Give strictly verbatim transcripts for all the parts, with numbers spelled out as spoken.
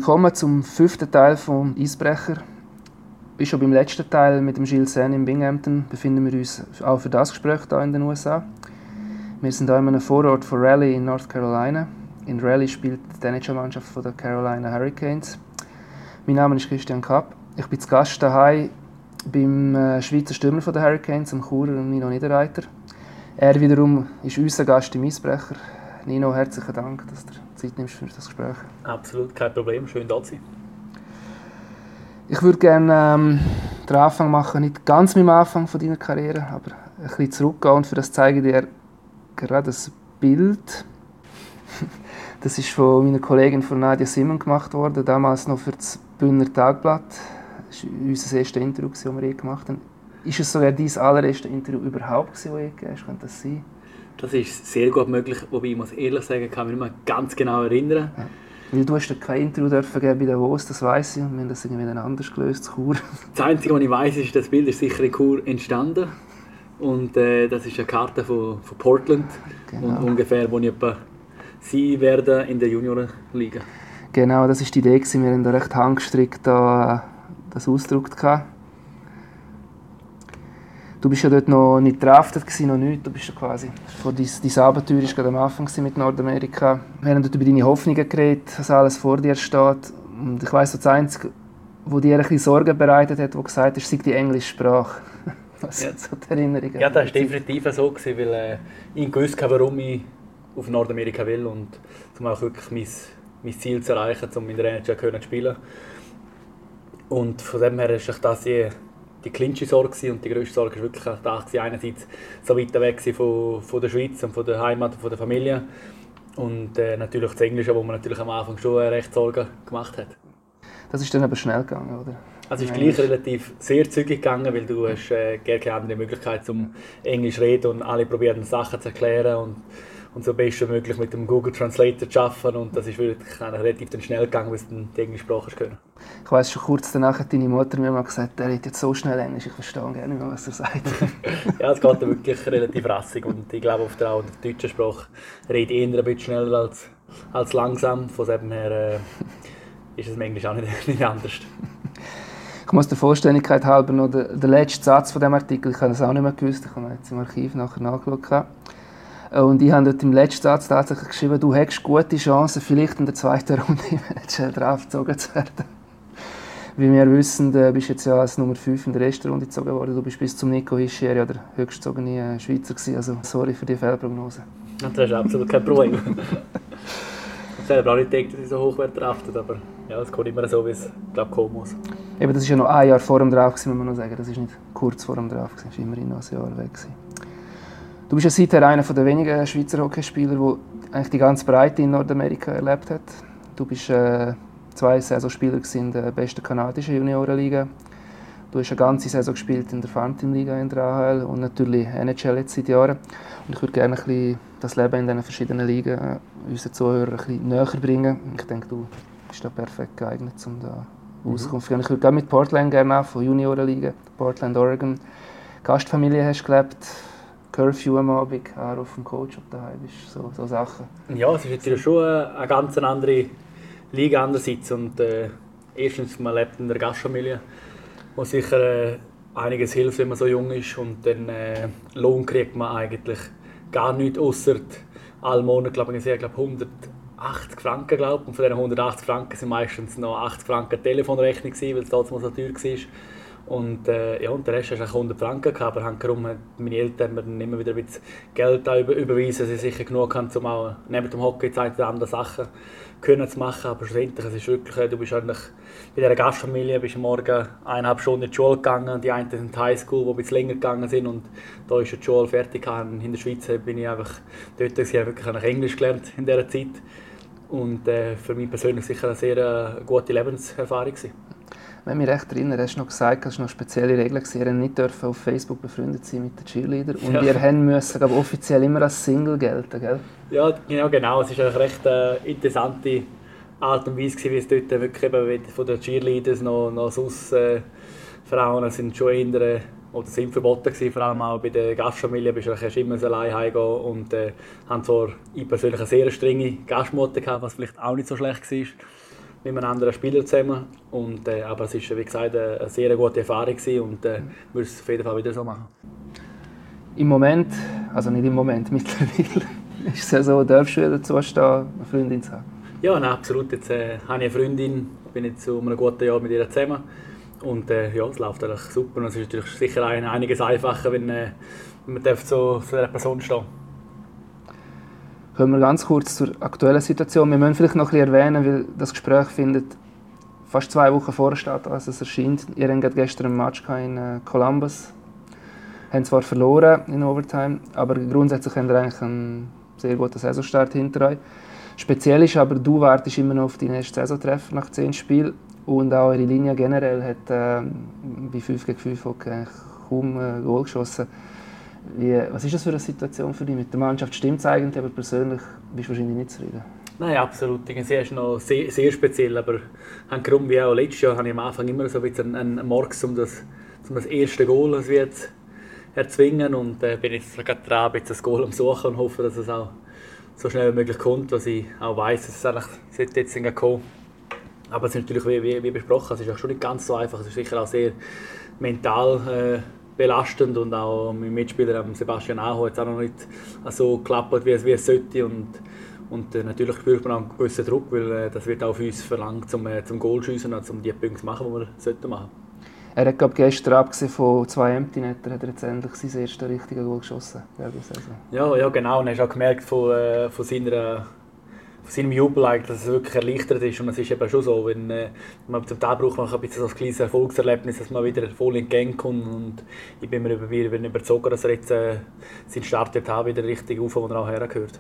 Willkommen zum fünften Teil vom Eisbrecher. Wie schon beim letzten Teil mit dem Gilles Sen in Binghamton befinden wir uns auch für das Gespräch hier in den U S A. Wir sind hier in einem Vorort von Raleigh in North Carolina. In Raleigh spielt die N H L-Mannschaft der Carolina Hurricanes. Mein Name ist Christian Kapp. Ich bin zu Gast daheim beim äh, Schweizer Stürmer der Hurricanes, dem Churer Nino Niederreiter. Er wiederum ist unser Gast im Eisbrecher. Nino, herzlichen Dank, dass du Zeit nimmst für das Gespräch. Absolut, kein Problem. Schön, da zu sein. Ich würde gerne ähm, den Anfang machen, nicht ganz mit dem Anfang von deiner Karriere, aber ein bisschen zurückgehen. Und für das zeige ich dir gerade ein Bild. Das ist von meiner Kollegin von Nadia Simon gemacht worden, damals noch für das Bündner Tagblatt. Das war unser erstes Interview, das wir je gemacht haben. Ist es sogar dein allererstes Interview überhaupt, das du je gegeben hast? Könnte das sein? Das ist sehr gut möglich, wobei ich muss ehrlich sagen, ich kann mich nicht mehr ganz genau erinnern. Ja. Weil du hast ja kein Interview dürfen geben bei Davos, das weiss ich, und wir haben das irgendwie anders gelöst, in Chur. Das Einzige, was ich weiss, ist, das Bild ist sicher in Chur entstanden. Und äh, das ist eine Karte von, von Portland, genau. Und ungefähr, wo ich etwa sein werde in der Juniorenliga. Genau, das war die Idee. Wir haben da recht handgestrickt da, das ausgedruckt. Du bist ja dort noch nicht drafted, noch nichts. Du bist ja quasi, dein, dein Abenteuer war gerade am Anfang mit Nordamerika. Wir haben dort über deine Hoffnungen geredet, was alles vor dir steht. Und ich weiss, das Einzige, was dir ein bisschen Sorgen bereitet hat, wo gesagt hast, sei die englische Sprache. Was ja. So die Erinnerungen? Ja, das war definitiv so, weil äh, ich wusste, warum ich auf Nordamerika will und um auch wirklich mein, mein Ziel zu erreichen, um in der N H L zu spielen. Und von dem her war das die, die kleinste Sorge und die grösste Sorge war wirklich das, einerseits so weit weg von, von der Schweiz und von der Heimat und von der Familie und äh, natürlich das Englische, wo man natürlich am Anfang schon recht Sorgen gemacht hat. Das ist dann aber schnell gegangen, oder? Also es ist gleich relativ sehr zügig gegangen, weil du hast äh, gar keine andere Möglichkeit, um Englisch zu reden und alle probieren Sachen zu erklären und und so bestmöglich mit dem Google Translator zu arbeiten. Und das ist wirklich relativ dann schnell gegangen, bis du die englische Sprache können. Ich weiss, schon kurz danach hat deine Mutter mir mal gesagt, er redet jetzt so schnell Englisch, ich verstehe gar nicht mehr, was er sagt. Ja, es geht wirklich relativ rassig. Und ich glaube, auf der, auch in der deutschen Sprache redet eher ein bisschen schneller als, als langsam. Von dem her äh, ist es im Englisch auch nicht, nicht anders. Ich muss der Vollständigkeit halber noch den, den letzten Satz von diesem Artikel, ich habe das auch nicht mehr gewusst, ich habe jetzt im Archiv nachher nachgeschaut. Und ich habe dort im letzten Satz tatsächlich geschrieben, du hättest gute Chancen, vielleicht in der zweiten Runde im N H L draufgezogen zu werden. Wie wir wissen, du bist jetzt ja als Nummer fünf in der ersten Runde gezogen worden. Du bist bis zum Nico Hischier ja der höchstgezogene Schweizer gewesen. Also sorry für die Fehlprognose. Das ist absolut kein Problem. Ich habe selber auch nicht gedacht, dass ich so hoch werde draftet, aber ja, es kommt immer so, wie es glaub, kommen muss. Eben, das war ja noch ein Jahr vor dem Draft, muss man noch sagen. Das war nicht kurz vor dem Draft, das war immerhin noch ein Jahr weg. Du bist ja seither einer der wenigen Schweizer Hockeyspieler, der eigentlich die ganze Breite in Nordamerika erlebt hat. Du bist äh, zwei Saisonspieler in der besten kanadischen Juniorenliga. Du hast eine ganze Saison gespielt in der Farmteam-Liga in der A H L und natürlich N H L jetzt seit Jahren. Und ich würde gerne ein bisschen das Leben in diesen verschiedenen Ligen äh, unseren Zuhörern ein bisschen näher bringen. Ich denke, du bist da perfekt geeignet, um da mhm. Auskunft zu geben. Ich würde gerne mit Portland gerne an, von Juniorenliga, Portland, Oregon. Gastfamilie hast du gelebt. Curfew am Abend, Anruf vom Coach, ob du daheim bist, so, so Sachen. Ja, es ist natürlich schon eine ganz andere Liga andererseits. Und, äh, erstens, man lebt in der Gastfamilie, wo sicher äh, einiges hilft, wenn man so jung ist. Und dann äh, Lohn kriegt man eigentlich gar nichts, ausser alle Monate, glaube ich, glaube hundertachtzig Franken. Glaub. Und von diesen hundertachtzig Franken sind meistens noch achtzig Franken Telefonrechnung, weil es damals so teuer war. Und, äh, ja, und der Rest hast du hundert Franken gehabt, aber darum haben meine Eltern mir dann immer wieder ein bisschen Geld über, überweisen, dass sie sicher genug haben, um auch neben dem Hockey Zeit andere Sachen können zu machen. Aber schlussendlich, es ist wirklich, du bist eigentlich bei dieser Gastfamilie, bist am Morgen eineinhalb Stunden in die Schule gegangen, die einen sind in die Highschool, die ein bisschen länger gegangen sind und da ist die Schule fertig. In der Schweiz bin ich einfach dort, ich habe wirklich Englisch gelernt in dieser Zeit und äh, für mich persönlich sicher eine sehr äh, gute Lebenserfahrung gewesen. Wenn ich mich recht erinnere, hast du noch gesagt, dass es noch spezielle Regeln waren. Ihr nicht dürfen auf Facebook befreundet sein mit den Cheerleadern. Und ja. Ihr müsst offiziell immer als Single gelten, gell? Ja, genau, genau. Es war eine recht äh, interessante Art und Weise, wie es dort wirklich eben von den Cheerleaders noch, noch sonst äh, Frauen sind schon eher, oder sind verboten gewesen, vor allem auch bei der Gastfamilie. Du kannst immer allein heimgehen und äh, haben zwar ich persönlich eine sehr strenge Gastmutter gehabt, was vielleicht auch nicht so schlecht war. mit einem anderen Spieler zusammen. Und, äh, aber es war, wie gesagt, eine sehr gute Erfahrung gewesen und äh, würde es auf jeden Fall wieder so machen. Im Moment, also nicht im Moment, mittlerweile, ist es ja so, darfst du dazu stehen, eine Freundin zu haben? Ja, nein, absolut. Jetzt äh, habe ich eine Freundin, bin jetzt zu einem guten Jahr mit ihr zusammen. Und äh, ja, es läuft eigentlich super. Und es ist natürlich sicher ein, einiges einfacher, wenn, äh, wenn man darf zu, zu einer Person stehen. Kommen wir ganz kurz zur aktuellen Situation. Wir müssen vielleicht noch ein bisschen erwähnen, weil das Gespräch findet fast zwei Wochen vor statt, als es erscheint. Ihr hattet gestern einen Match in äh, Columbus. Haben zwar verloren in Overtime, aber grundsätzlich haben wir eigentlich einen sehr guten Saisonstart hinter euch. Speziell ist aber, du wartest immer noch auf deinen ersten Saisontreffer nach zehn Spielen. Und auch eure Linie generell hat äh, bei fünf gegen fünf eigentlich kaum äh, Goal geschossen. Wie, was ist das für eine Situation für dich? Mit der Mannschaft stimmt es eigentlich, aber persönlich bist du wahrscheinlich nicht zufrieden. Nein, absolut. Sie ist noch sehr, sehr speziell, aber Grund wie auch letztes Jahr habe ich am Anfang immer so ein bisschen einen, einen Morgs, um das, um das erste Goal das wir jetzt erzwingen. Und äh, bin jetzt gerade dran, das Goal am Suchen und hoffe, dass es auch so schnell wie möglich kommt, was ich auch weiss, dass es eigentlich jetzt kommt. Aber es ist natürlich, wie, wie, wie besprochen, es ist auch schon nicht ganz so einfach. Es ist sicher auch sehr mental äh, belastend und auch mein Mitspieler Sebastian Aho hat es auch noch nicht so geklappt, wie es, wie es sollte. Und, und äh, natürlich spürt man auch einen gewissen Druck, weil äh, das wird auch von uns verlangt, zum, äh, zum Goalschiessen und um die Punkte zu machen, die wir sollten machen. Er hat glaub, gestern, abgesehen von zwei Empty-Netter, hat er jetzt endlich sein erstes richtiges Goal geschossen. Ja, ja, genau. Und hast auch gemerkt von, äh, von seiner von seinem Jubel, dass es wirklich erleichtert ist. Und es ist eben schon so, wenn äh, man zum Teil braucht man ein bisschen so ein kleines Erfolgserlebnis, dass man wieder voll in die Gänge kommt. Und ich bin mir über, bin überzeugt, dass er jetzt äh, seinen Start hat, wieder richtig auf, wo er auch hergehört.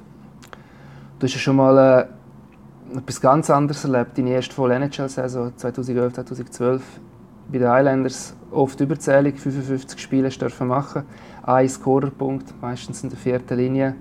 Du hast ja schon mal äh, etwas ganz anderes erlebt. Deine erste volle N H L-Saison zweitausendelf zweitausendzwölf bei den Islanders oft überzählig, fünfundfünfzig Spiele dürfen machen, ein Scorerpunkt, meistens in der vierten Linie.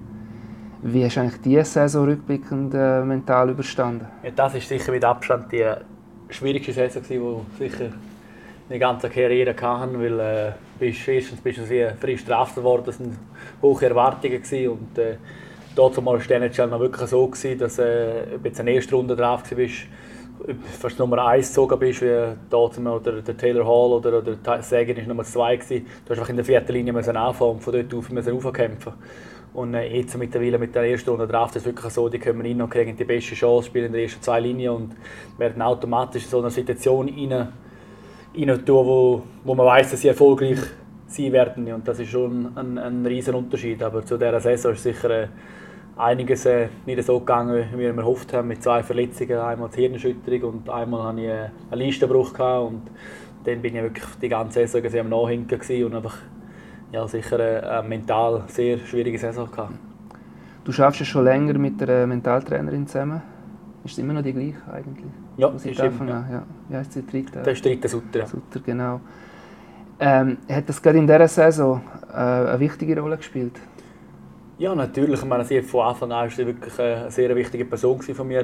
Wie hast du eigentlich diese Saison rückblickend äh, mental überstanden? Ja, das war sicher mit Abstand die schwierigste Saison, die ich sicher meine ganze Karriere hatte, weil äh, bist, erstens bist du sehr frisch gestraft worden, das waren hohe Erwartungen gewesen, und äh, dazu war die N H L noch wirklich so gewesen, dass äh, du in der ersten Runde drauf warst, fast Nummer eins gezogen bist, wie dazu oder der Taylor Hall oder, oder der Sagan war Nummer zwei gewesen. Du musst in der vierten Linie anfangen und von dort auf raufkämpfen. Und äh, jetzt mittlerweile mit der ersten Runde drauf, das ist wirklich so, die kommen rein und kriegen die beste Chance, spielen in der ersten zwei Linien und werden automatisch in so eine Situation rein, rein tun, wo, wo man weiss, dass sie erfolgreich sein werden. Und das ist schon ein, ein riesen Unterschied. Aber zu dieser Saison ist sicher äh, einiges äh, nicht so gegangen, wie wir erhofft haben, mit zwei Verletzungen, einmal die Hirnerschütterung und einmal hatte ich äh, einen Leistenbruch gehabt. Und dann bin ich wirklich die ganze Saison am Nachhinken gewesen und einfach ja, sicher eine mental sehr schwierige Saison gehabt. Du arbeitest ja schon länger mit einer Mentaltrainerin zusammen. Ist es immer noch die gleiche eigentlich? Ja, das ist immer, ja. ja. Wie heisst sie? Rita? Das ist Rita Sutter. Ja. Sutter, genau. Ähm, hat das gerade in dieser Saison äh, eine wichtige Rolle gespielt? Ja, natürlich. Ich meine, sie von Anfang an war sie wirklich eine sehr wichtige Person von mir.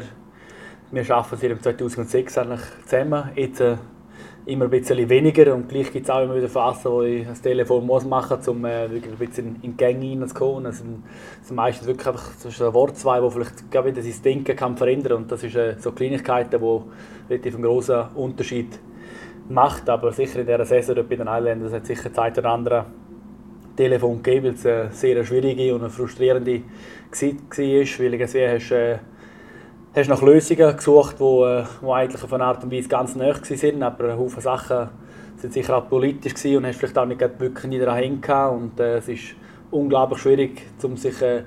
Wir arbeiten seit zweitausendsechs eigentlich zusammen. Jetzt, äh, immer ein bisschen weniger, und gleich gibt es auch immer wieder Phasen, wo ich das Telefon muss machen muss, um äh, ein bisschen in die Gänge hineinzukommen. Es sind, sind meistens wirklich einfach so ein Wort, zwei, das vielleicht gerade wieder sein Denken kann verändern kann. Und das sind äh, so Kleinigkeiten, die relativ einen grossen Unterschied macht. Aber sicher in dieser Saison bei den Islanders hat es sicher Zeit oder andere Telefon gegeben, weil es eine sehr schwierige und eine frustrierende Zeit war. Weil irgendwie hast äh, hast nach Lösungen gesucht, die, die eigentlich auf eine Art und Weise ganz nahe waren, aber ein Haufen Sachen sind sicher auch politisch gewesen und hast vielleicht auch nicht wirklich nie daran hängen gehabt. Und äh, es ist unglaublich schwierig, um sich äh,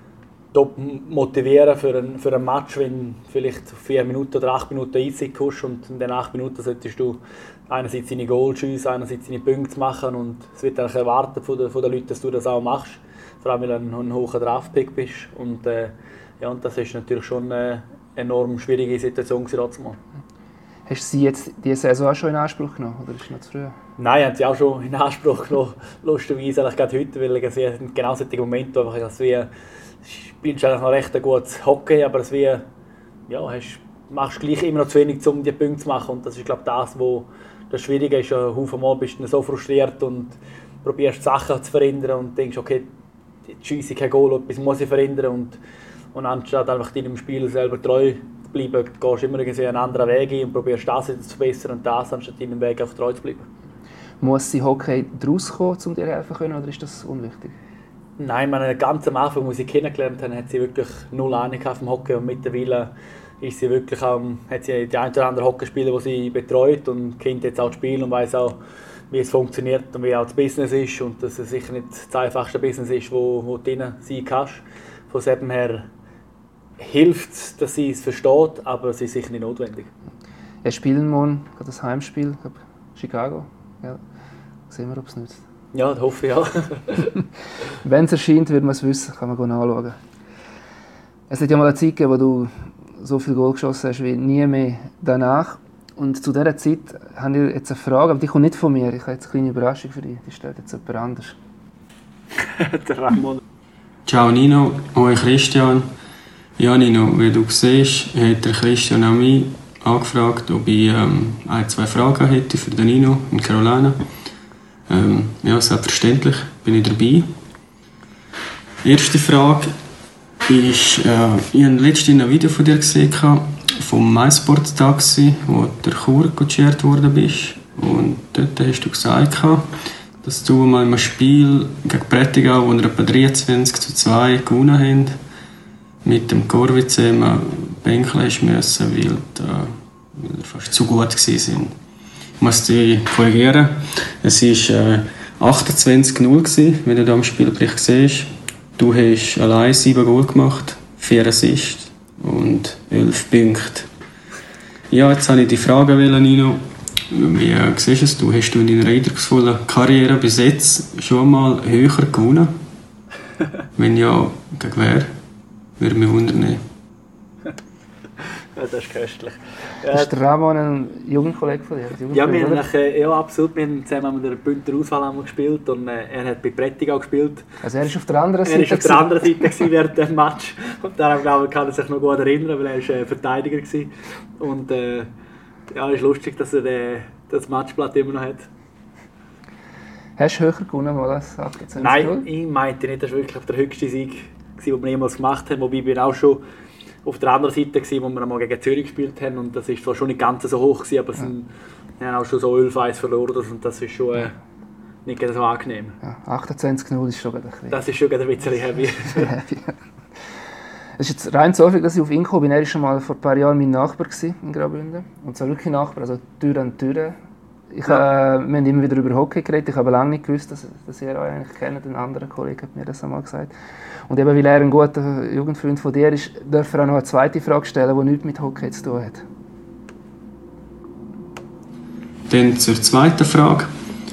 top motivieren für ein, für ein Match, wenn du vielleicht vier Minuten oder acht Minuten Eiszeit hast und in den acht Minuten solltest du einerseits deine Goals schiessen, einerseits deine Punkte machen, und es wird eigentlich erwartet von den, von den Leuten, dass du das auch machst, vor allem weil du ein, ein hoher Draftpick bist. Und, äh, ja, und das ist natürlich schon eine enorm schwierige Situation gewesen. Hast du sie jetzt diese Saison auch schon in Anspruch genommen, oder ist es noch zu früh? Nein, ich habe sie auch schon in Anspruch genommen, lustigerweise eigentlich gerade heute, weil sie genau solche Momente, wo du spielst eigentlich noch recht ein gutes Hockey, aber es wie, ja, hast, machst gleich immer noch zu wenig, um die Punkte zu machen, und das ist, glaube ich, das, was das Schwierige ist. Ein Haufen Mal bist du so frustriert und probierst Sachen zu verändern und denkst, okay, die Schiesse kein Goal, etwas muss ich verändern, und, und anstatt einfach deinem Spiel selber treu zu bleiben, gehst du immer irgendwie einen anderen Weg ein und probierst das jetzt zu verbessern und das, anstatt deinem Weg auf treu zu bleiben. Muss sie Hockey daraus kommen, um dir helfen zu können, oder ist das unwichtig? Nein, meine, ganz am Anfang, als sie kennengelernt haben, hat sie wirklich null Ahnung vom Hockey und mittlerweile ist sie wirklich auch, hat sie die ein oder andere Hockeyspieler, die sie betreut und kennt jetzt auch das Spiel und weiss auch, wie es funktioniert und wie auch das Business ist und dass es sicher nicht das einfachste Business ist, wo, wo du drin sein kannst. Von dem her hilft es, dass sie es versteht, aber es ist sicher nicht notwendig. Ja, spielen morgen, das Heimspiel, ich glaube Chicago. Ja. Sehen wir, ob es nützt. Ja, das hoffe ich auch. Wenn es erscheint, wird man es wissen, kann man nachschauen. Es hat ja mal eine Zeit gegeben, wo du so viel Goal geschossen hast wie nie mehr danach. Und zu dieser Zeit habe ich jetzt eine Frage, aber die kommt nicht von mir. Ich habe jetzt eine kleine Überraschung für dich. Die stellt jetzt jemand anders. Der Ramon. Ciao Nino, hoi Christian. Ja Nino, wie du siehst, hat der Christian auch mich angefragt, ob ich ähm, ein, zwei Fragen hätte für den Nino in Carolina. Ähm, ja, selbstverständlich bin ich dabei. Erste Frage ist, äh, ich habe letztens ein Video von dir gesehen, vom MySports-Taxi, wo der Chur gechairt worden bist. Und dort hast du gesagt, dass du mal in einem Spiel gegen Prättigau, wo wir etwa dreiundzwanzig zu zwei gewonnen haben, mit dem Korwitz immer bänkeln müssen, weil, die, weil wir fast zu gut waren. Ich muss dich korrigieren. Es war äh, achtundzwanzig null, wenn du da am Spielbericht siehst. Du hast allein sieben Goal gemacht, vier Assists und elf Punkte. Ja, jetzt wollte ich die Frage, Nino. Wie äh, siehst du es? Du hast du in deiner eindrucksvollen Karriere bis jetzt schon mal höher gewonnen? Wenn ja, gegen wer? Würde mich wundern. Ja, das ist köstlich. Ja, ist der Ramon ein Jugendkollege von dir? Ja, wir haben, äh, ja, absolut. Wir haben zusammen mit der Bündner Auswahl gespielt und äh, er hat bei Prättigau gespielt. Also er war auf der anderen Seite? Er war auf der anderen Seite während dem Match. Und daran glaube ich, kann er sich noch gut erinnern, weil er war äh, Verteidiger war. Und äh, ja, es ist lustig, dass er äh, das Matchblatt immer noch hat. Hast du höher gewonnen als achtundzwanzig? Nein, ich meinte nicht, das war wirklich der höchste Sieg, den wir jemals gemacht haben. Wobei wir auch schon auf der anderen Seite waren, wo wir einmal gegen Zürich gespielt haben. Und das war zwar schon nicht ganz so hoch, gewesen, aber es ja. sind, wir haben auch schon so elf eins verloren. Und das ist schon äh, nicht so angenehm. Ja, achtundzwanzig null ist schon ein bisschen. Das ist schon ein bisschen heavy. Es ist jetzt rein zufällig, dass ich auf ihn gekommen bin. Er war schon mal vor ein paar Jahren mein Nachbar in Graubünden. Und zwar wirklich Nachbar, also Tür an Tür. Ich, ja. äh, wir haben immer wieder über Hockey geredet. Ich habe lange nicht gewusst, dass, dass ihr euch eigentlich kennt. Ein anderer Kollege hat mir das einmal gesagt. Und eben, weil er ein guter Jugendfreund von dir ist, darf er auch noch eine zweite Frage stellen, die nichts mit Hockey zu tun hat. Dann zur zweiten Frage.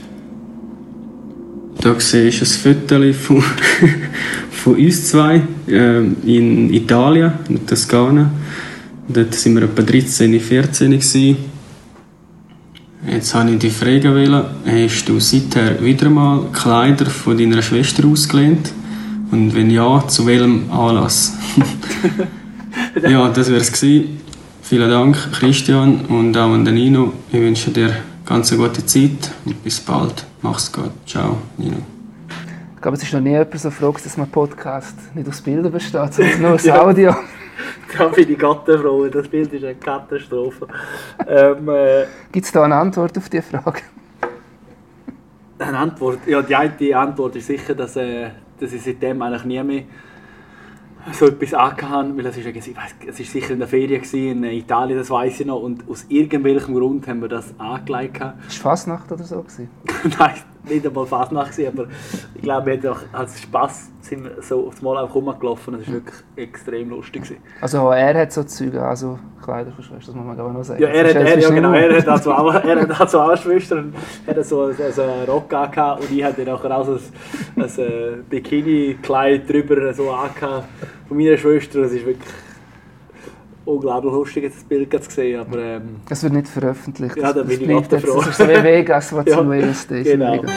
Da siehst du ein Foto von, von uns zwei äh, in Italien, in Toskana. Dort waren wir etwa dreizehn, vierzehn gewesen. Jetzt wollte ich dich fragen, hast du seither wieder mal Kleider von deiner Schwester ausgelehnt? Und wenn ja, zu welchem Anlass? Ja, das wäre es gewesen. Vielen Dank, Christian, und auch an den Nino. Ich wünsche dir ganz eine gute Zeit und bis bald. Mach's gut. Ciao, Nino. Ich glaube, es ist noch nie jemand so froh, dass man Podcast nicht aus Bildern besteht, sondern nur aus Audio. Ja. Da bin ich Gott froh, das Bild ist eine Katastrophe. ähm, äh, Gibt es da eine Antwort auf diese Frage? Eine Antwort? Ja, die eine Antwort ist sicher, dass, äh, dass ich seitdem eigentlich nie mehr so etwas angehabt, weil es ist, ich weiss, es ist sicher in der Ferien gewesen, in Italien, das weiss ich noch, und aus irgendwelchem Grund haben wir das angelegt. War es Fasnacht oder so? Nein, nicht einmal Fasnacht, aber ich glaube, wir haben als Spass sind wir so aufs Mal auch rumgelaufen, das war wirklich extrem lustig. Also er hat so Züge, also Kleider von Schwester, das muss man aber noch sagen. Ja, er hat, er, ja, genau, er hat also auch, er hat also auch eine Schwester und hat so, so einen Rock angehabt und ich hatte auch so ein, ein Bikini-Kleid drüber so angehabt von meiner Schwester. Das ist wirklich unglaublich lustig, das Bild zu sehen. Aber, ähm, das wird nicht veröffentlicht. Ja, da bin ich Gott froh. Das ist so wie Vegas, was ja, zum Real Estate genau. Du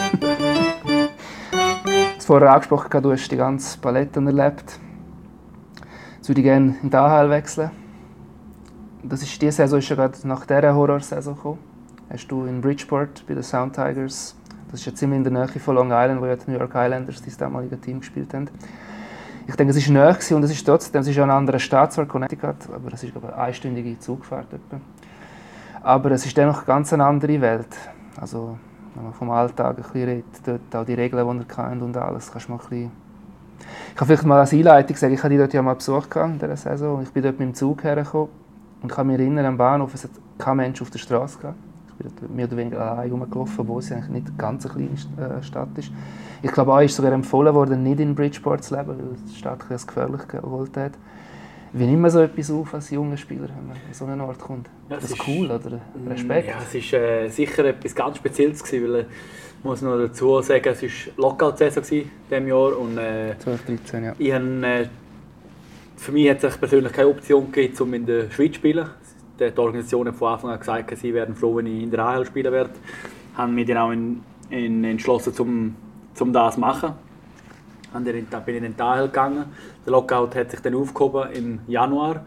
hast vorher angesprochen, du hast die ganze Palette erlebt. Jetzt würde ich gerne in die A H L wechseln. Das ist, diese Saison ist ja gerade nach dieser Horrorsaison gekommen. Hast du in Bridgeport bei den Sound Tigers, das ist ja ziemlich in der Nähe von Long Island, wo ja die New York Islanders, das damalige Team, gespielt haben. Ich denke, es war nahe und es ist trotzdem, es ist ja ein anderer Staatsort, Connecticut, aber es ist glaube ich, eine einstündige Zugfahrt. Etwa. Aber es ist dennoch eine ganz andere Welt. Also, wenn man vom Alltag ein bisschen redet, dort auch die Regeln, die er kennt und alles, kannst du mal ein bisschen... Ich kann vielleicht mal als Einleitung sagen, ich hatte die dort ja mal Besuch in dieser Saison. Ich bin dort mit dem Zug hergekommen und kann mich erinnern, am Bahnhof, es hat kein Mensch auf der Straße gehabt. Ich bin dort mehr oder weniger allein rumgelaufen, obwohl es eigentlich nicht eine ganz kleine Stadt ist. Ich glaube, auch ist sogar empfohlen worden, nicht in Bridgeport zu leben, weil die Stadt es gefährlich geholt hat. Wie nimmt man so etwas auf als junger Spieler, wenn man an so einen Ort kommt? Ja, das ist cool, oder? Respekt? Ja, es war äh, sicher etwas ganz Spezielles, gewesen, weil ich muss noch dazu sagen, es war Lockout-Saison in diesem Jahr. Und, äh, zwölf dreizehn, ja. Ich hab, äh, für mich hat es persönlich keine Option gegeben, um in der Schweiz zu spielen. Die Organisation hat von Anfang an gesagt, sie wären froh, wenn ich in der A H L spielen werde. Haben mich dann auch in, in entschlossen, um, um das zu machen. Dann bin ich in die A H L gegangen. Der Lockout hat sich dann aufgehoben im Januar.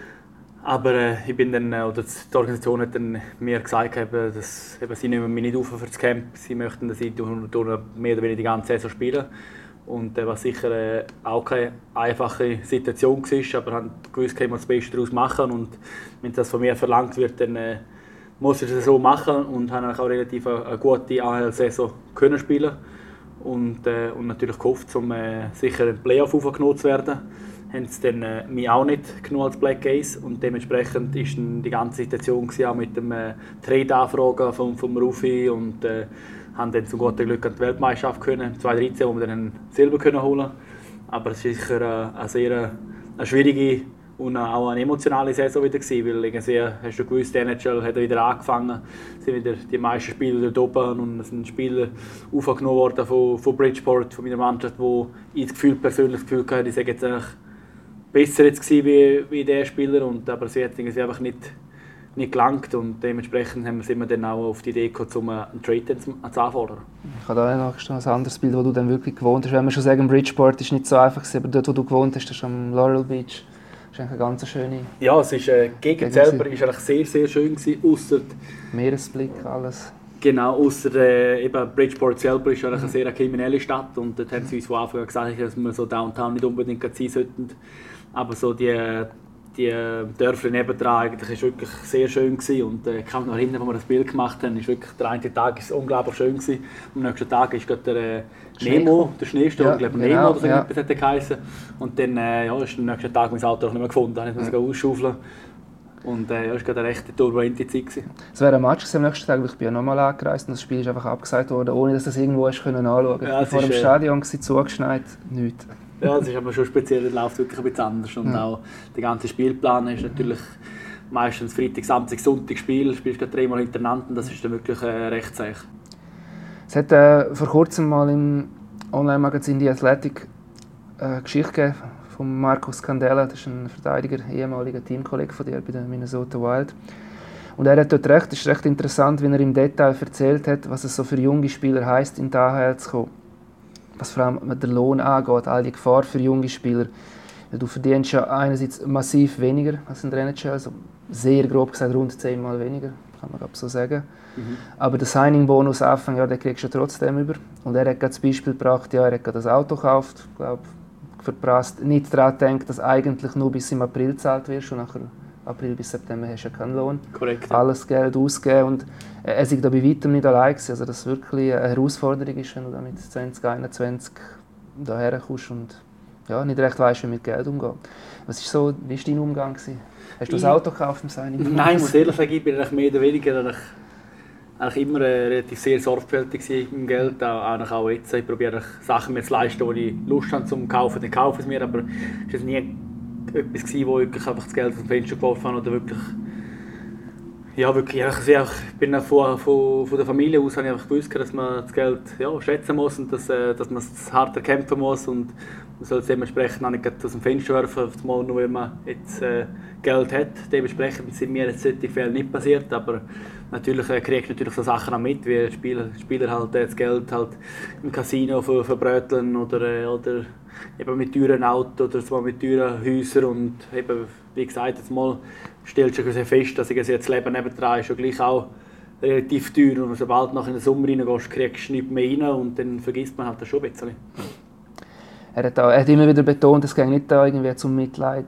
Aber äh, ich bin dann, oder die Organisation hat dann mir gesagt, eben, dass eben, sie nehmen mich nicht auf für das Camp. Sie möchten, dass ich durch, durch mehr oder weniger die ganze Saison spiele. Und äh, was sicher äh, auch keine einfache Situation war, aber haben gewusst, dass wir das Beste daraus machen. Und wenn das von mir verlangt wird, dann äh, muss ich es so machen. Und habe auch relativ eine, eine gute A H L-Saison können spielen. Und, äh, und natürlich gehofft, um äh, sicher ein Playoff aufgenommen zu werden. Haben sie dann äh, mich auch nicht genommen als Black Ace und dementsprechend war die ganze Situation gewesen, auch mit dem äh, Trade-Anfragen vom, vom Rufi und äh, haben dann zum guten Glück an die Weltmeisterschaft können, zwanzig dreizehn, wo wir dann Silber können holen. Aber es war sicher äh, eine sehr eine schwierige und auch eine emotionale Saison wieder gewesen, weil irgendwie hast du gewusst, die N H L hat wieder angefangen, sind wieder die meisten Spieler dort oben und es sind Spieler aufgenommen worden von, von Bridgeport, von meiner Mannschaft, wo ich das Gefühl, persönlich das Gefühl hatte, ich sage jetzt eigentlich besser jetzt gewesen wie, wie der Spieler, und, aber sie hat irgendwie einfach nicht, nicht gelangt und dementsprechend haben wir, sind wir dann auch auf die Idee gekommen, um einen Trade zu, zu anfordern. Ich habe da noch ein anderes Bild, wo du dann wirklich gewohnt hast. Wenn wir schon sagen, Bridgeport ist nicht so einfach gewesen, aber dort, wo du gewohnt hast, das ist am Laurel Beach. Das ist eine ganz schöne... Ja, es ist, äh, die Gegend selber war eigentlich sehr, sehr schön gewesen, ausser... Meeresblick, alles. Genau, ausser äh, eben Bridgeport selber ist eine sehr kriminelle Stadt und dort haben sie uns von Anfang an gesagt, dass wir so Downtown nicht unbedingt sein sollten. Aber so die, die Dörfer nebendran war wirklich sehr schön gewesen. Und äh, ich kann mich noch erinnern, als wir das Bild gemacht haben, ist wirklich, der eine Tag ist unglaublich schön gewesen. Am nächsten Tag ist gerade der äh, Nemo, der Schneesturm, ja, ich glaube Nemo genau, oder so ja. Etwas hat geheißen. Und dann äh, ja, ist am nächsten Tag mein Auto noch nicht mehr gefunden, dann musste ich es ausschaufeln. Und äh, ja, es war eine recht turbulente Zeit. Es wäre ein Match gewesen, am nächsten Tag, ich bin ja nochmal angereist und das Spiel ist einfach abgesagt worden, ohne dass du es irgendwo hast können anschauen konnte. Ja, ich war vor dem Stadion, äh... zugeschneit, nichts. Ja, es ist aber schon speziell, der läuft wirklich ein bisschen anders. Und ja. Auch der ganze Spielplan ist natürlich meistens Freitag, Samstag, Sonntag Spiel, du spielst gerade dreimal hintereinander und das ist dann wirklich äh, recht zäh. Es hat äh, vor kurzem mal im Online-Magazin «The Athletic» eine Geschichte gegeben von Marcus Candela, das ist ein Verteidiger, ehemaliger Teamkollege von dir bei den Minnesota Wild. Und er hat dort recht, es ist recht interessant, wie er im Detail erzählt hat, was es so für junge Spieler heisst, in die A H L zu kommen. Was vor allem den Lohn angeht, all die Gefahr für junge Spieler. Du verdienst ja einerseits massiv weniger als in der N H L, also sehr grob gesagt rund zehnmal weniger, kann man so sagen. Mhm. Aber den Signing-Bonus Anfang Jahr, den kriegst du trotzdem über. Und er hat das Beispiel gebracht, ja, er hat das Auto gekauft, glaube verprasst, nicht daran gedacht, dass eigentlich nur bis im April gezahlt wirst und nachher April bis September hast du ja keinen Lohn. Korrekt. Alles Geld ausgeben und er ist da bei weitem nicht allein gewesen. Also dass es wirklich eine Herausforderung ist, wenn du da mit zwanzig einundzwanzig daher kommst und ja, nicht recht weißt, wie mit Geld umgehen. Was ist so, wie war dein Umgang gewesen? Hast du ich, das Auto gekauft im Signing? Nein, ich muss ehrlich sagen, ich bin mehr oder weniger eigentlich, eigentlich immer äh, relativ sehr sorgfältig mit dem Geld, auch, auch jetzt. Ich probiere Sachen mir zu leisten, die ich Lust habe zum Kaufen, dann kaufe ich es mir, aber es ist nie etwas gewesen, wo ich einfach das Geld aus dem Fenster geworfen habe oder wirklich, ja wirklich, ja, ich bin von, von, von der Familie aus habe ich einfach gewusst, dass man das Geld ja, schätzen muss und dass, dass man es hart erkämpfen muss und man soll es dementsprechend auch nicht aus dem Fenster werfen, mal nur weil man jetzt äh, Geld hat. Dementsprechend sind mir jetzt solche Fälle nicht passiert, aber natürlich äh, kriegst du natürlich so Sachen auch mit, wie Spieler, Spieler halt äh, das Geld halt im Casino ver, verbröteln oder, äh, oder eben mit teuren Autos oder zwar mit teuren Häusern und eben, wie gesagt, jetzt mal stellst du sehr fest, dass ich das Leben nebendran ist ja gleich auch relativ teuer und sobald du nach in den Sommer reingehst, kriegst du nichts mehr rein und dann vergisst man halt das schon ein bisschen. er hat, auch, er hat immer wieder betont, es ging nicht da irgendwie zum Mitleid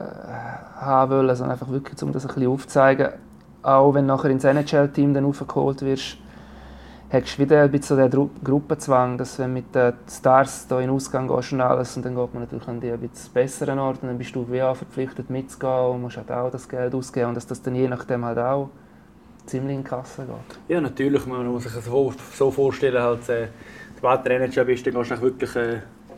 äh, haben wollen, sondern einfach wirklich, um das ein bisschen aufzuzeigen. Auch wenn du nachher ins N H L-Team dann aufgeholt wirst, hast du wieder ein bisschen den Gru- Gruppenzwang, dass wenn du mit den Stars da in den Ausgang gehst und alles, und dann geht man natürlich an die ein bisschen besseren Ort und dann bist du wie auch verpflichtet mitzugehen und musst halt auch das Geld ausgeben und dass das dann je nachdem halt auch ziemlich in die Kasse geht. Ja, natürlich, man muss sich das so, so vorstellen, halt, äh, sobald du N H L bist, dann gehst du wirklich äh,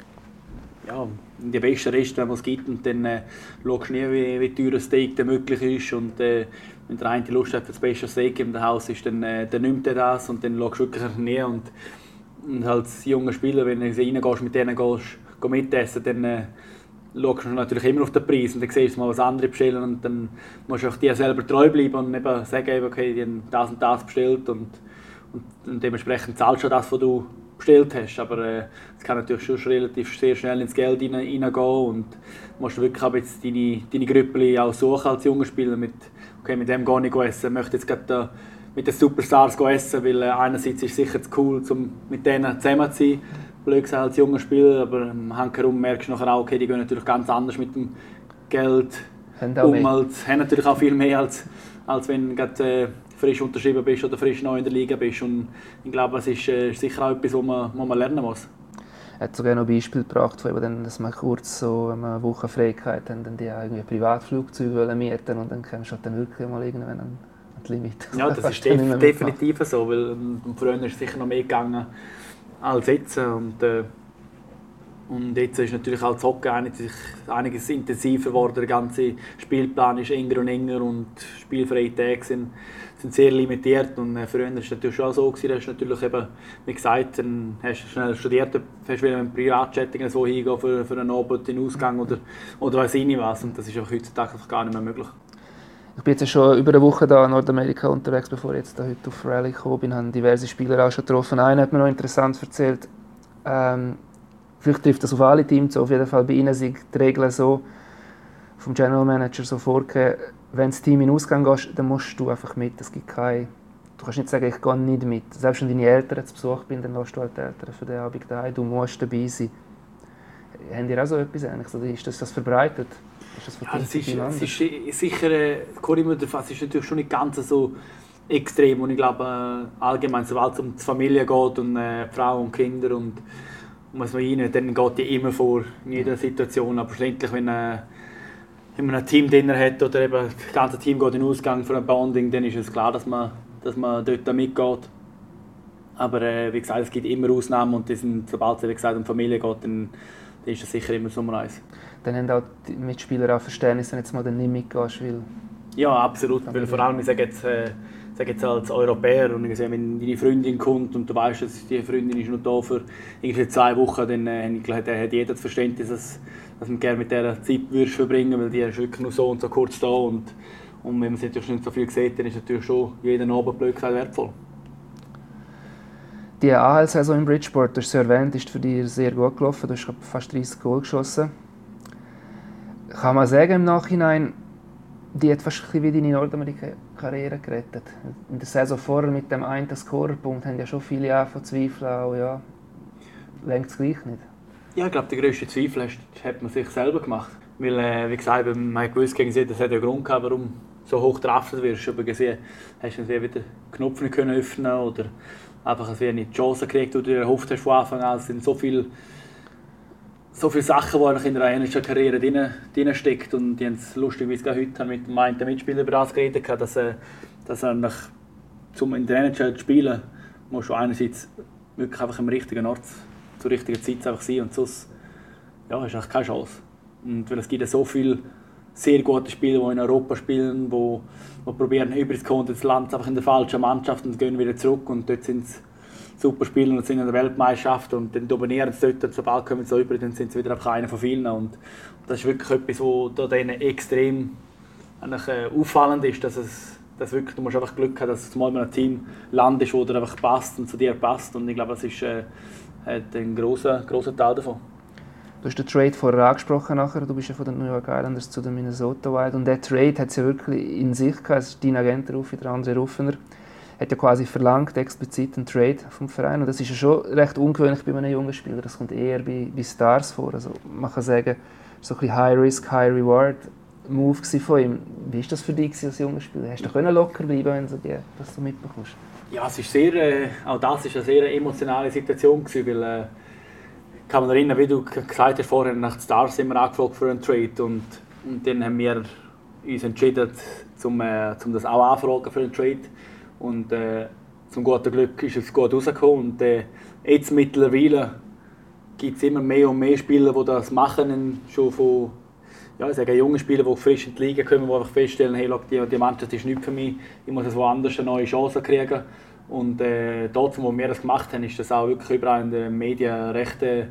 ja, in die besten Restaurants, die es gibt, und dann äh, schaust du nie, wie, wie teuer ein Steak dann möglich ist, und äh, wenn der eine Lust hat für das beste Steak im Haus ist, dann, äh, dann nimmt er das und dann schaust du wirklich nie. Und, und als junger Spieler, wenn du reingehst, mit denen gehst, gehst mitessen, dann äh, schaust du natürlich immer auf den Preis und dann siehst du mal, was andere bestellen, und dann musst du auch dir selber treu bleiben und eben sagen, okay, die haben das und das bestellt, und, und, und dementsprechend zahlst du das, was du bestellt hast. Aber äh, es kann natürlich schon relativ sehr schnell ins Geld reingehen und du musst wirklich auch jetzt deine, deine Grüppli auch suchen als junger Spieler. Mit, okay, mit dem gehe ich essen. Ich möchte jetzt gerade äh, mit den Superstars essen, weil äh, einerseits ist es sicher cool, um mit denen zusammen zu sein, blöd gesagt als junger Spieler, aber am Hang herum merkst du nachher auch, okay, die gehen natürlich ganz anders mit dem Geld um, als, haben natürlich auch viel mehr, als, als wenn du gerade, äh, frisch unterschrieben bist oder frisch neu in der Liga bist. Und ich glaube, es ist äh, sicher auch etwas, was man, was man lernen muss. Er hat sogar noch Beispiele gebracht, wo dann, dass man kurz so eine Woche Freizeit haben, dann die irgendwie Privatflugzeuge mieten und dann kommst du halt dann wirklich mal irgendwann an die Limit. Ja, das ist def- definitiv so, weil ähm, früher ist es sicher noch mehr gegangen als jetzt. Und, äh, und jetzt ist natürlich auch das Hockey einiges intensiver geworden. Der ganze Spielplan ist enger und enger und spielfreie Tage sind, sind sehr limitiert. Und äh, früher war es natürlich schon so, gewesen, hast du natürlich eben, wie gesagt, dann hast du schnell studiert, hast wieder mit einem Privatjet so hingehen für, für einen Abend, den Ausgang oder, oder weiss ich nicht was. Und das ist einfach heutzutage einfach gar nicht mehr möglich. Ich bin jetzt schon über eine Woche da in Nordamerika unterwegs, bevor ich jetzt da heute auf Rallye gekommen bin. Ich habe diverse Spieler auch schon getroffen. Einer hat mir noch interessant erzählt, ähm, vielleicht trifft das auf alle Teams, auf jeden Fall bei ihnen sind die Regeln so vom General Manager so vorgegeben, wenn das Team in den Ausgang geht, dann musst du einfach mit. Es gibt keine, du kannst nicht sagen, ich gehe nicht mit. Selbst wenn deine Eltern zu Besuch sind, dann lässt du halt die Eltern für den Abend daheim. Du musst dabei sein. Haben die auch so etwas Ähnliches? Oder ist das, das verbreitet? Ist das, ja, das, ist, es ist sicher, äh, es ist natürlich schon nicht ganz so extrem. Und ich glaube, äh, allgemein, sobald es um die Familie geht und äh, Frau und Kinder und muss man rein, dann geht die immer vor in jeder Situation. Aber schlussendlich, wenn, äh, wenn man ein Team-Dinner hat oder eben das ganze Team geht in den Ausgang für ein Bonding, dann ist es klar, dass man, dass man dort mitgeht. Aber äh, wie gesagt, es gibt immer Ausnahmen und die sind, sobald es wie gesagt, um Familie geht, dann, dann ist das sicher immer Nummer eins. Dann haben auch die Mitspieler auch Verständnis, wenn du jetzt mal nicht mitgehst, weil... Ja, absolut, weil vor allem, ich sage jetzt, äh, sage jetzt als Europäer, und wenn deine Freundin kommt und du weißt, dass die Freundin ist nur da für irgendwie zwei Wochen, dann äh, hat, hat jeder das Verständnis, dass, dass man gerne mit dieser Zeit würdest verbringen, weil die ist wirklich nur so und so kurz da, und, und wenn man sie natürlich nicht so viel sieht, dann ist natürlich schon jeden Abend blöd gesagt wertvoll. Die A H L-Saison in Bridgeport, du hast es erwähnt, ist für dich sehr gut gelaufen. Du hast fast dreißig Goal geschossen. Kann man sagen im Nachhinein, die hat fast ein bisschen wie deine Nordamerika-Karriere gerettet. In der Saison vorher mit dem einen Scorerpunkt haben ja schon viele angefangen zu zweifeln, auch, ja, lenkt es gleich nicht. Ja, ich glaube, der grösste Zweifel hat man sich selber gemacht. Weil, äh, wie gesagt, man hat gewusst, gegen sie, das hat ja einen Grund gehabt, warum du so hoch getroffen wirst. Aber gesehen hast du wieder den Knopf nicht können öffnen oder einfach nicht die Chance gekriegt, die du dir erhofft hast von Anfang an. Es sind so viele, so viele Sachen, die in einer ähnlichen Karriere drin, drin steckt. Und die haben es lustigerweise heute mit dem einen Mitspieler über das geredet, dass, äh, dass er nach, um in der N H L zu spielen, musst du einerseits wirklich einfach am richtigen Ort zur richtigen Zeit einfach sein, und sonst ja, hast du eigentlich keine Chance. Und weil es gibt so viele sehr gute Spieler, die in Europa spielen, die, die probieren überzukommen ins Land einfach in der falschen Mannschaft und gehen wieder zurück, und dort sind sie super Spieler und sind in der Weltmeisterschaft und dann dominieren sie dort, und sobald kommen sie rüber, dann sind sie wieder einfach einer von vielen, und das ist wirklich etwas, was da denen extrem eigentlich, äh, auffallend ist, dass es dass wirklich, du musst einfach Glück haben, dass du mal in einem Team landest, wo dir einfach passt und zu dir passt, und ich glaube, das ist äh, ein grosser, grosser Teil davon. Du hast den Trade vorher angesprochen, nachher. Du bist ja von den New York Islanders zu den Minnesota Wild, und der Trade hat es ja wirklich in sich gehabt. Es ist dein Agent, der André Ruffener, hat ja quasi verlangt, explizit einen Trade vom Verein. Und das ist ja schon recht ungewöhnlich bei einem jungen Spieler. Das kommt eher bei, bei Stars vor. Also man kann sagen, so ein bisschen High-Risk, High-Reward-Move von ihm. Wie war das für dich als junger Spieler? Hast du locker bleiben können, wenn du das so mitbekommst? Ja, es ist sehr, äh, auch das war eine sehr emotionale Situation, gewesen, weil äh, ich kann mich erinnern, wie du gesagt hast, vorhin nach den Stars sind wir angefragt für einen Trade und, und dann haben wir uns entschieden, um, äh, um das auch anzufragen für einen Trade und äh, zum guten Glück ist es gut rausgekommen und äh, jetzt mittlerweile gibt es immer mehr und mehr Spieler, die das machen, schon von ja, ich sage, junge Spieler, die frisch in die Liga kommen, die einfach feststellen, hey, look, die, die Mannschaft ist nicht für mich, ich muss woanders eine neue Chance kriegen. Und äh, dort, wo wir das gemacht haben, ist das auch wirklich überall in den Medien recht äh,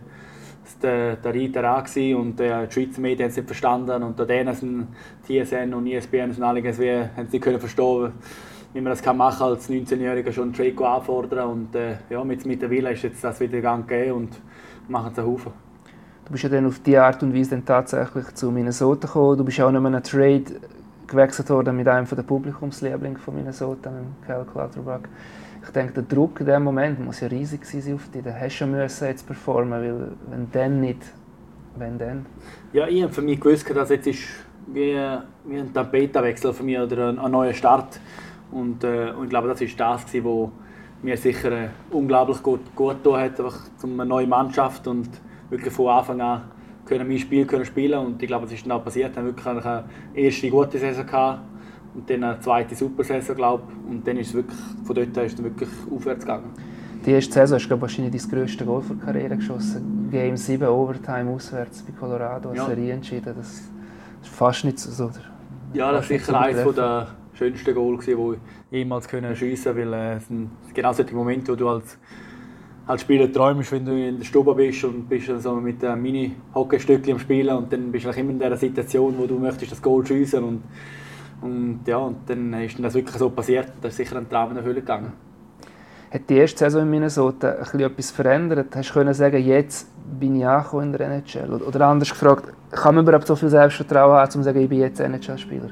der, der Reiter an gewesen. Und äh, die Schweizer Medien haben es nicht verstanden und denen sind T S N und E S P N und alle irgendwie, haben es nicht können verstehen, wie man das kann machen als neunzehnjähriger schon einen Trade anfordern. Und äh, ja, mit, mit der Wille ist jetzt das wieder Gang gegeben und machen es einen Haufen. Du bist ja dann auf diese Art und Weise dann tatsächlich zu Minnesota gekommen. Du bist ja auch nicht mehr einen Trade gewechselt worden mit einem der Publikumslieblingen von Minnesota, mit Cal Clutterbuck. Ich denke, der Druck in diesem Moment muss ja riesig sein auf dich. Da hast du schon müssen jetzt performen, weil wenn dann nicht, wenn dann? Ja, ich habe für mich gewusst, dass jetzt ist wie, wie ein Tapetenwechsel für mich oder ein, ein neuer Start. Und, äh, und ich glaube, das war das, was mir sicher äh, unglaublich gut, gut getan hat, einfach zum eine neue Mannschaft und wirklich von Anfang an können mein Spiel können spielen und ich glaube, es ist dann auch passiert. Wir hatten wirklich eine erste gute Saison gehabt und dann eine zweite Super-Saison, glaube ich. Und dann ist es wirklich, von dort an ist es wirklich aufwärts gegangen. Die erste Saison hast du glaub, wahrscheinlich dein grösstes Goal der Karriere geschossen. Game sieben, Overtime auswärts bei Colorado, als ja. Serie entschieden. Das ist fast nicht so... so ja, das war sicher eines der schönsten Goals, die ich jemals schiessen konnte, weil äh, es sind genau solche Momente, wo du als als Spieler träumst, wenn du in der Stube bist und bist so mit einem Mini-Hockeystückchen am Spielen und dann bist du immer in dieser Situation, wo du möchtest das Goal schiessen und, und ja, und dann ist das wirklich so passiert. Das ist sicher ein Traum in Erfüllung gegangen. Hat die erste Saison in Minnesota etwas verändert? Hast du können sagen, jetzt bin ich angekommen in der N H L? Oder anders gefragt, kann man überhaupt so viel Selbstvertrauen haben, um zu sagen, ich bin jetzt N H L-Spieler?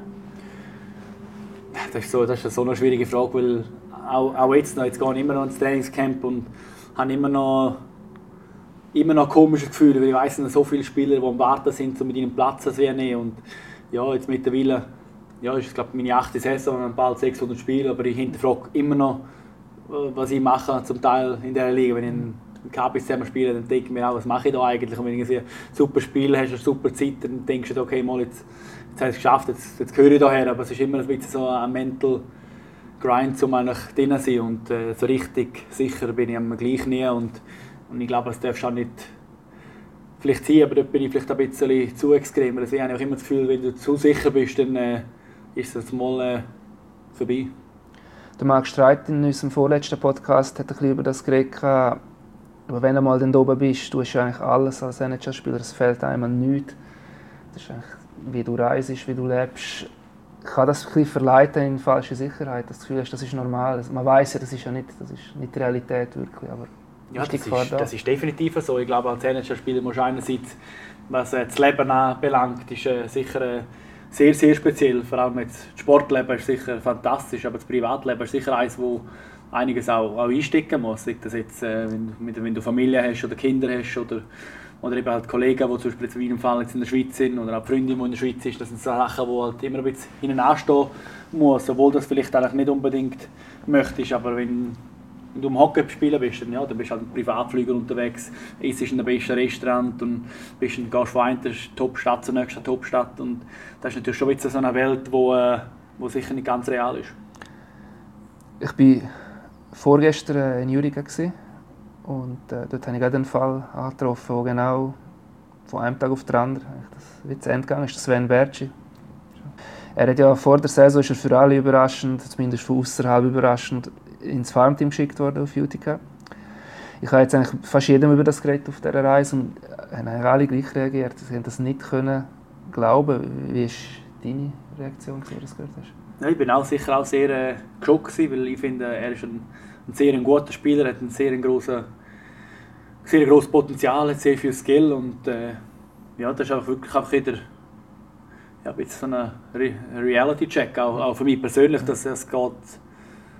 Das ist, so, das ist so eine schwierige Frage, weil auch, auch jetzt noch, jetzt gehe ich immer noch ins Trainingscamp und habe immer noch, immer noch komische Gefühle, weil ich weiss, dass so viele Spieler, die am Warten sind, so mit ihnen Platz zu nehmen. Und ja, jetzt mittlerweile ja, ist es glaube meine achte Saison, und bald sechshundert Spiele, aber ich hinterfrage immer noch, was ich mache, zum Teil in dieser Liga. Wenn ich in K B zusammen spiele, dann denke ich mir auch, was mache ich da eigentlich? Und wenn du ein super Spiel hast, eine super Zeit, dann denkst du, okay, mal, jetzt, jetzt habe ich es geschafft, jetzt, jetzt gehöre ich daher. Aber es ist immer ein bisschen so ein Mental Grind, um eigentlich drin zu sein. Und äh, so richtig sicher bin ich am gleich nie. Und, und ich glaube, das darfst du auch nicht vielleicht sein, aber dort bin ich vielleicht ein bisschen zu extrem. Also ich habe auch immer das Gefühl, wenn du zu sicher bist, dann äh, ist es mal äh, vorbei. Der Marc Streit in unserem vorletzten Podcast hat ein bisschen über das geredet. Aber wenn du mal dann oben bist, du hast ja eigentlich alles als N H L-Spieler, es fehlt einem nichts. Das ist eigentlich, wie du reist, wie du lebst. Kann das ein bisschen verleiten in falsche Sicherheit, das Gefühl hast, das ist normal. Man weiß ja, das ist ja nicht, das ist nicht die Realität wirklich, aber ja, ist das, ist, da? das ist definitiv so. Ich glaube, als N H L-Spieler musst du einerseits, was das Leben anbelangt, ist äh, sicher äh, sehr, sehr speziell. Vor allem jetzt das Sportleben ist sicher fantastisch, aber das Privatleben ist sicher eines, wo einiges auch, auch einstecken muss. Sei das jetzt, äh, wenn, wenn du Familie hast oder Kinder hast oder Oder eben halt Kollegen, die zum Beispiel in meinem Fall jetzt in der Schweiz sind, oder auch Freunde, die in der Schweiz sind. Das sind so Sachen, die halt immer ein bisschen hinten anstehen muss, obwohl du das vielleicht eigentlich nicht unbedingt möchtest. Aber wenn, wenn du im Hockey spielen bist, dann, ja, dann bist du halt mit Privatflüger unterwegs, isst in einem besten Restaurant und bist, gehst von einer Topstadt zur nächsten Topstadt. Und das ist natürlich schon wieder so eine Welt, die wo, wo sicher nicht ganz real ist. Ich war vorgestern in Juriga. Und äh, dort habe ich gerade einen Fall angetroffen, der genau von einem Tag auf den anderen, das wie zu Ende gegangen ist, Sven Bertschi. Er hat ja vor der Saison ist er für alle überraschend, zumindest von außerhalb überraschend, ins Farmteam geschickt worden auf Utica. Ich habe jetzt eigentlich fast jedem über das geredet auf dieser Reise und haben alle gleich reagiert. Sie haben das nicht können glauben. Wie war deine Reaktion, als du das gehört hast? Ja, ich war auch sicher auch sehr äh, geschockt, weil ich finde, er ist ein, ein sehr ein guter Spieler, hat einen sehr grossen sehr grosses Potenzial, hat sehr viel Skill und äh, ja, das ist auch wirklich einfach wieder ja, ein bisschen so ein Re- Reality-Check, auch, auch für mich persönlich, dass es geht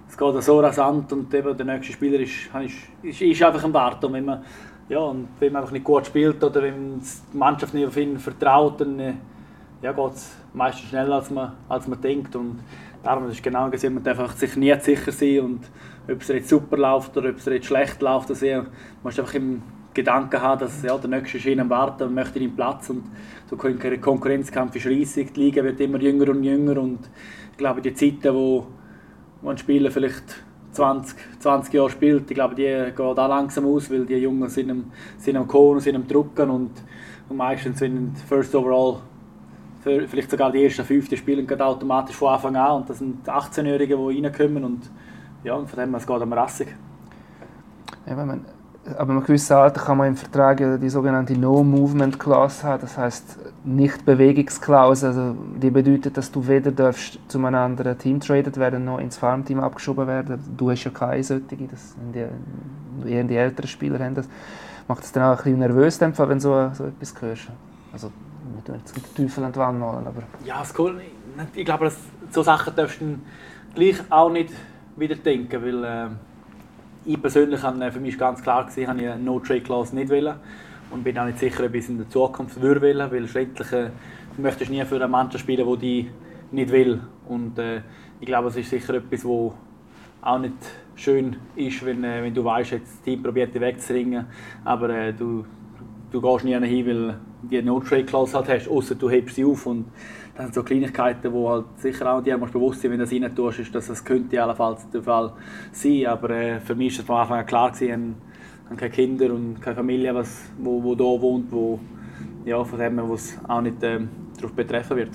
es geht so rasant und eben der nächste Spieler ist, ist, ist einfach ein Wart. Und wenn man, ja, und wenn man einfach nicht gut spielt oder wenn die Mannschaft nicht auf ihn vertraut, dann ja, geht es meistens schneller, als man, als man denkt. Und darum ist es genau gesehen, man darf sich nie sicher sein. Und ob es jetzt super läuft oder ob es jetzt schlecht läuft, also, man muss einfach im Gedanken haben, dass ja, der nächste ist ihn am Warten und möchte ihn Platz. Und der Konkurrenzkampf ist riesig, die Liga wird immer jünger und jünger. Und ich glaube, die Zeiten, wo, wo ein Spieler vielleicht zwanzig, zwanzig Jahre spielt, ich glaube, die gehen auch langsam aus, weil die Jungen sind am, sind am Kohlen, sind am Drucken. Und, und meistens sind First Overall vielleicht sogar die ersten fünften spielen gerade automatisch von Anfang an. Und das sind achtzehnjährige, die reinkommen. Und ja, von dem her, es geht am rassig. Ja, wenn man, aber in einem gewissen Alter kann man im Vertrag die sogenannte No-Movement-Clause haben. Das heisst, Nicht-Bewegungsklausel. Also die bedeutet, dass du weder darfst zu einem anderen Team traded werden, noch ins Farmteam abgeschoben werden. Du hast ja keine solche. Das die, eher die älteren Spieler haben das. Macht es dann auch ein bisschen nervös, wenn du so, so etwas hörst? Also, wir tun jetzt den Teufel an die Wand malen, aber... Ja, ist cool. Ich glaube, dass so Sachen darfst du gleich auch nicht wieder denken, weil äh, ich persönlich habe, für mich ist ganz klar gewesen, habe ich eine No-Trade-Clause nicht wollen und bin auch nicht sicher, ob ich es in der Zukunft würde wollen, weil schlussendlich äh, du möchtest nie für eine Mannschaft spielen, die dich nicht will. Und äh, ich glaube, es ist sicher etwas, was auch nicht schön ist, wenn, äh, wenn du weißt, jetzt das Team probiert dich wegzuringen, aber äh, du Du gehst nie hin, weil du eine No-Trade-Clause halt hast, außer du hebst sie auf. Und das sind so Kleinigkeiten, die halt sicher auch dir bewusst sind, wenn du das rein tust, ist, dass das könnte allenfalls der Fall sein. Aber äh, für mich war es von Anfang an klar, ich habe keine Kinder und keine Familie, die wo, wo da wohnt, wo, ja, von dem her, es auch nicht äh, darauf betreffen wird.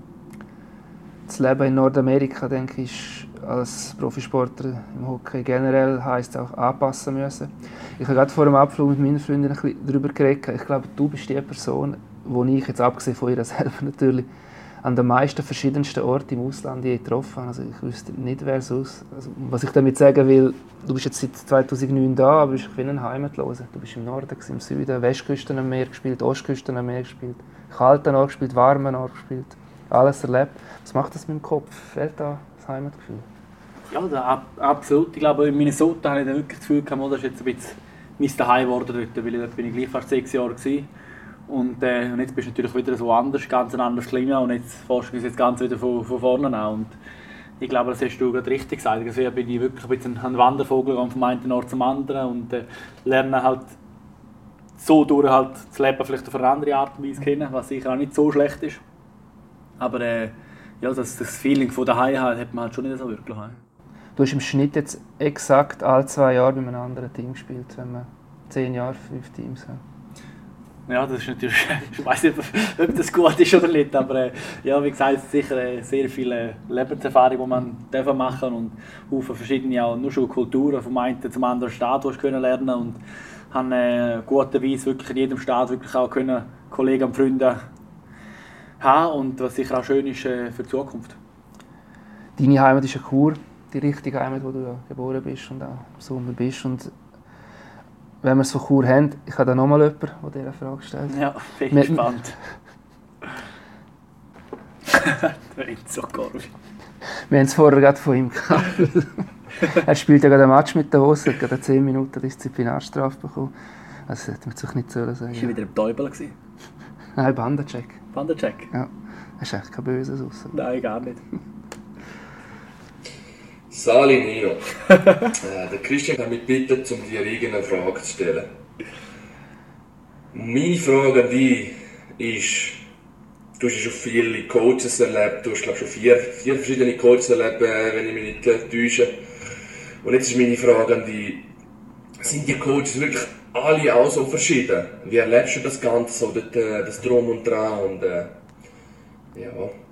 Das Leben in Nordamerika, denke ich, als Profisportler im Hockey generell heisst auch anpassen müssen. Ich habe gerade vor dem Abflug mit meiner Freundin ein bisschen darüber geredet. Ich glaube, du bist die Person, die ich jetzt abgesehen von ihr selber natürlich an den meisten verschiedensten Orten im Ausland je getroffen habe. Also ich wüsste nicht, wer sonst. Also, was ich damit sagen will, du bist jetzt seit zweitausendneun da, aber du bist wie ein Heimatloser. Du bist im Norden, im Süden, Westküsten am Meer gespielt, Ostküsten am Meer gespielt, kalten Ort gespielt, warmen Ort gespielt, alles erlebt. Was macht das mit dem Kopf? Fehlt da das Heimatgefühl? Ja, da, absolut. Ich glaube, in Minnesota habe ich dann wirklich das Gefühl gehabt, das ist jetzt ein bisschen mein Zuhause geworden dort, weil dort bin ich gleich fast sechs Jahre gewesen. Und, äh, und jetzt bist du natürlich wieder so anders, ganz ein anderes Klima und jetzt forschst du jetzt ganz wieder von, von vorne an. Und ich glaube, das hast du gerade richtig gesagt. Also bin ich wirklich ein bisschen ein Wandervogel vom einen Ort zum anderen und äh, lerne halt so durch halt das Leben vielleicht auf eine andere Art und Weise kennen, was sicher auch nicht so schlecht ist. Aber äh, ja, das, das Feeling von daheim hat man halt schon nicht so wirklich. Du hast im Schnitt jetzt exakt alle zwei Jahre bei einem anderen Team gespielt, wenn man zehn Jahre, fünf Teams hat. Ja, das ist natürlich, ich weiß nicht, ob das gut ist oder nicht, aber äh, ja, wie gesagt, es ist sicher äh, sehr viele Lebenserfahrungen, die man dürfen machen und viele verschiedene auch nur schon Kulturen vom einen zum anderen Staat, die ich können lernen und habe äh, guterweise wirklich in jedem Staat wirklich auch können Kollegen und Freunde haben und was sicher auch schön ist äh, für die Zukunft. Deine Heimat ist ja Chur, die richtige Heimat, wo du ja geboren bist und auch im Sommer bist. Und wenn wir es von Chur haben, ich habe da nochmal jemanden, der diese Frage stellt. Ja, bin ich gespannt. Das ist so cool. Wir haben es vorher gerade von ihm gehabt. Er spielt ja gerade einen Match mit der Hose, hat gerade zehn Minuten Disziplinarstrafe bekommen. Also, das hätte man sich nicht so sagen. War er wieder im Teufel? Nein, Bandencheck. Bandencheck? Ja. Das ist echt kein Böses raus. Nein, gar nicht. Sali Nino. äh, der Christian hat mich gebeten, um dir irgendeine Frage zu stellen. Meine Frage an dich ist, du hast schon viele Coaches erlebt, du hast glaube schon vier, vier verschiedene Coaches erlebt, wenn ich mich nicht äh, täusche. Und jetzt ist meine Frage an dich, sind die Coaches wirklich alle auch so verschieden? Wie erlebst du das Ganze, so das, das Drum und Dran und äh, ja,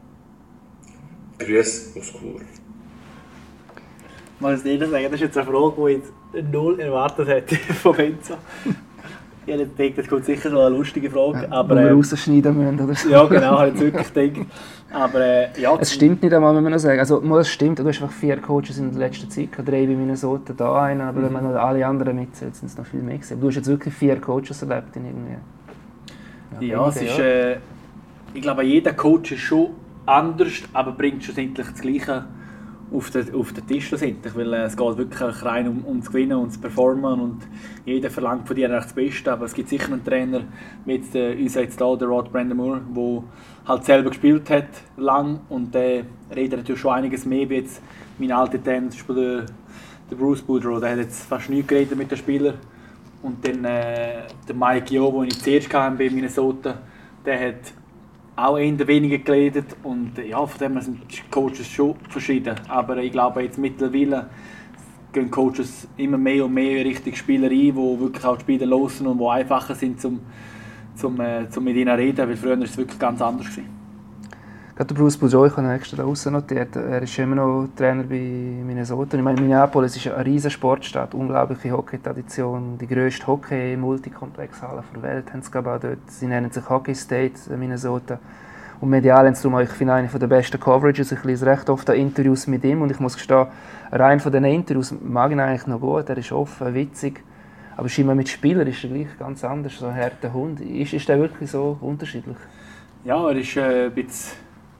Grüße aus Chur. Ich muss nicht sagen, das ist jetzt eine Frage, die ich null erwartet hätte von Benzo. Ich hätte gedacht, das kommt sicher so eine lustige Frage. Ja, aber, wo wir äh, rausschneiden müssen oder so. Ja, genau, habe ich wirklich gedacht. Aber, äh, ja, es stimmt nicht einmal, wenn man sagen. Also, es stimmt, du hast einfach vier Coaches in der letzten Zeit, drei bei Minnesota, da einen, aber mhm. wenn man noch alle anderen mitzählt, sind es noch viel mehr gewesen. Du hast jetzt wirklich vier Coaches erlebt in irgendwie. Ja, ja es ist, äh, ich glaube, jeder Coach ist schon anders, aber bringt schlussendlich das Gleiche auf den, auf den Tisch schlussendlich, weil äh, es geht wirklich rein um, um das Gewinnen und das Performen und jeder verlangt von dir eigentlich das Beste, aber es gibt sicher einen Trainer, wie jetzt äh, uns jetzt da, der Rod Brandon-Moore, der halt selber gespielt hat, lang, und der äh, redet natürlich schon einiges mehr, wie jetzt mein alter Trainer, zum Beispiel der, der Bruce Boudreau, der hat jetzt fast nichts geredet mit den Spielern, und dann äh, der Mike Yo, den ich zuerst hatte bei Minnesota, der hat auch eher weniger geredet, und ja, von dem sind die Coaches schon verschieden. Aber ich glaube, jetzt mittlerweile gehen Coaches immer mehr und mehr Richtung Spieler ein, die wirklich auch die Spieler hören und die einfacher sind, zum, zum, äh, zum mit ihnen zu reden, weil früher war es wirklich ganz anders gewesen. Gerade Bruce Boudreau, ich habe ihn extra draussen notiert. Er ist immer noch Trainer bei Minnesota. Ich meine, Minneapolis ist eine riesige Sportstadt, unglaubliche Hockey-Tradition, die grösste Hockey-Multikomplexhalle der Welt haben sie gebaut dort. Sie nennen sich Hockey State Minnesota. Und medial haben sie darum, ich finde, eine der besten Coverages. Ich lese recht oft Interviews mit ihm und ich muss gestehen, rein von diesen Interviews mag ich ihn eigentlich noch gut. Er ist offen, witzig. Aber scheinbar mit Spielern ist er gleich ganz anders, so ein harter Hund. Ist, ist der wirklich so unterschiedlich? Ja, er ist äh, ein bisschen...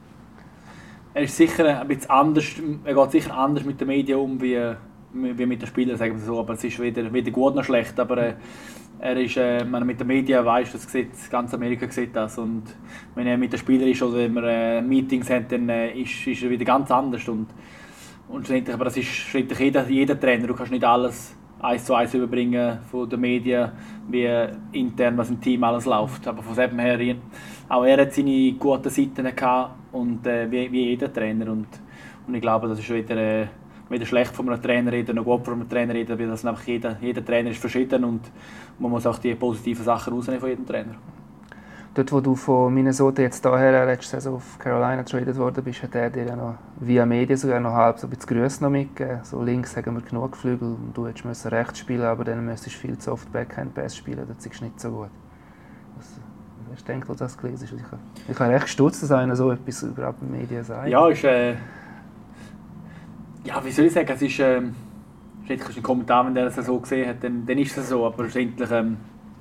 Er ist sicher ein bisschen anders, er geht sicher anders mit den Medien um wie, wie mit den Spielern, sagen wir so. Aber es ist weder, weder gut noch schlecht. Aber äh, er ist, äh, man mit den Medien weiss, das sieht, ganz Amerika sieht das. Und wenn er mit den Spielern ist oder wenn wir äh, Meetings haben, dann äh, ist, ist er wieder ganz anders. Und, und aber das ist schlussendlich jeder, jeder Trainer. Du kannst nicht alles eins zu eins überbringen von den Medien, wie intern, was im Team alles läuft. Aber von dem her, auch er hat seine guten Seiten gehabt, und äh, wie, wie jeder Trainer. Und, und ich glaube, das ist weder, äh, weder schlecht von einem Trainer reden noch gut von einem Trainer reden, weil das einfach jeder, jeder Trainer ist verschieden, und man muss auch die positiven Sachen rausnehmen von jedem Trainer. Dort, wo du von Minnesota jetzt daher letzte Saison auf Carolina getradet worden bist, hat er dir ja noch via Medien sogar noch halb so ein bisschen Grüße noch mitgegeben. So links haben wir genug Flügel und du hättest rechts spielen, aber dann müsstest du viel zu oft Backhand-Pass spielen, das ist nicht so gut. Was, was hast du gedacht, als du das gelesen hast? Ich habe, ich habe recht gestutzt, dass einer so etwas überhaupt in den Medien sagt. Ja, ist, äh, ja, wie soll ich sagen, es ist, äh, ist ein Kommentar, wenn der es so gesehen hat, dann, dann ist es so, aber schlussendlich, ähm,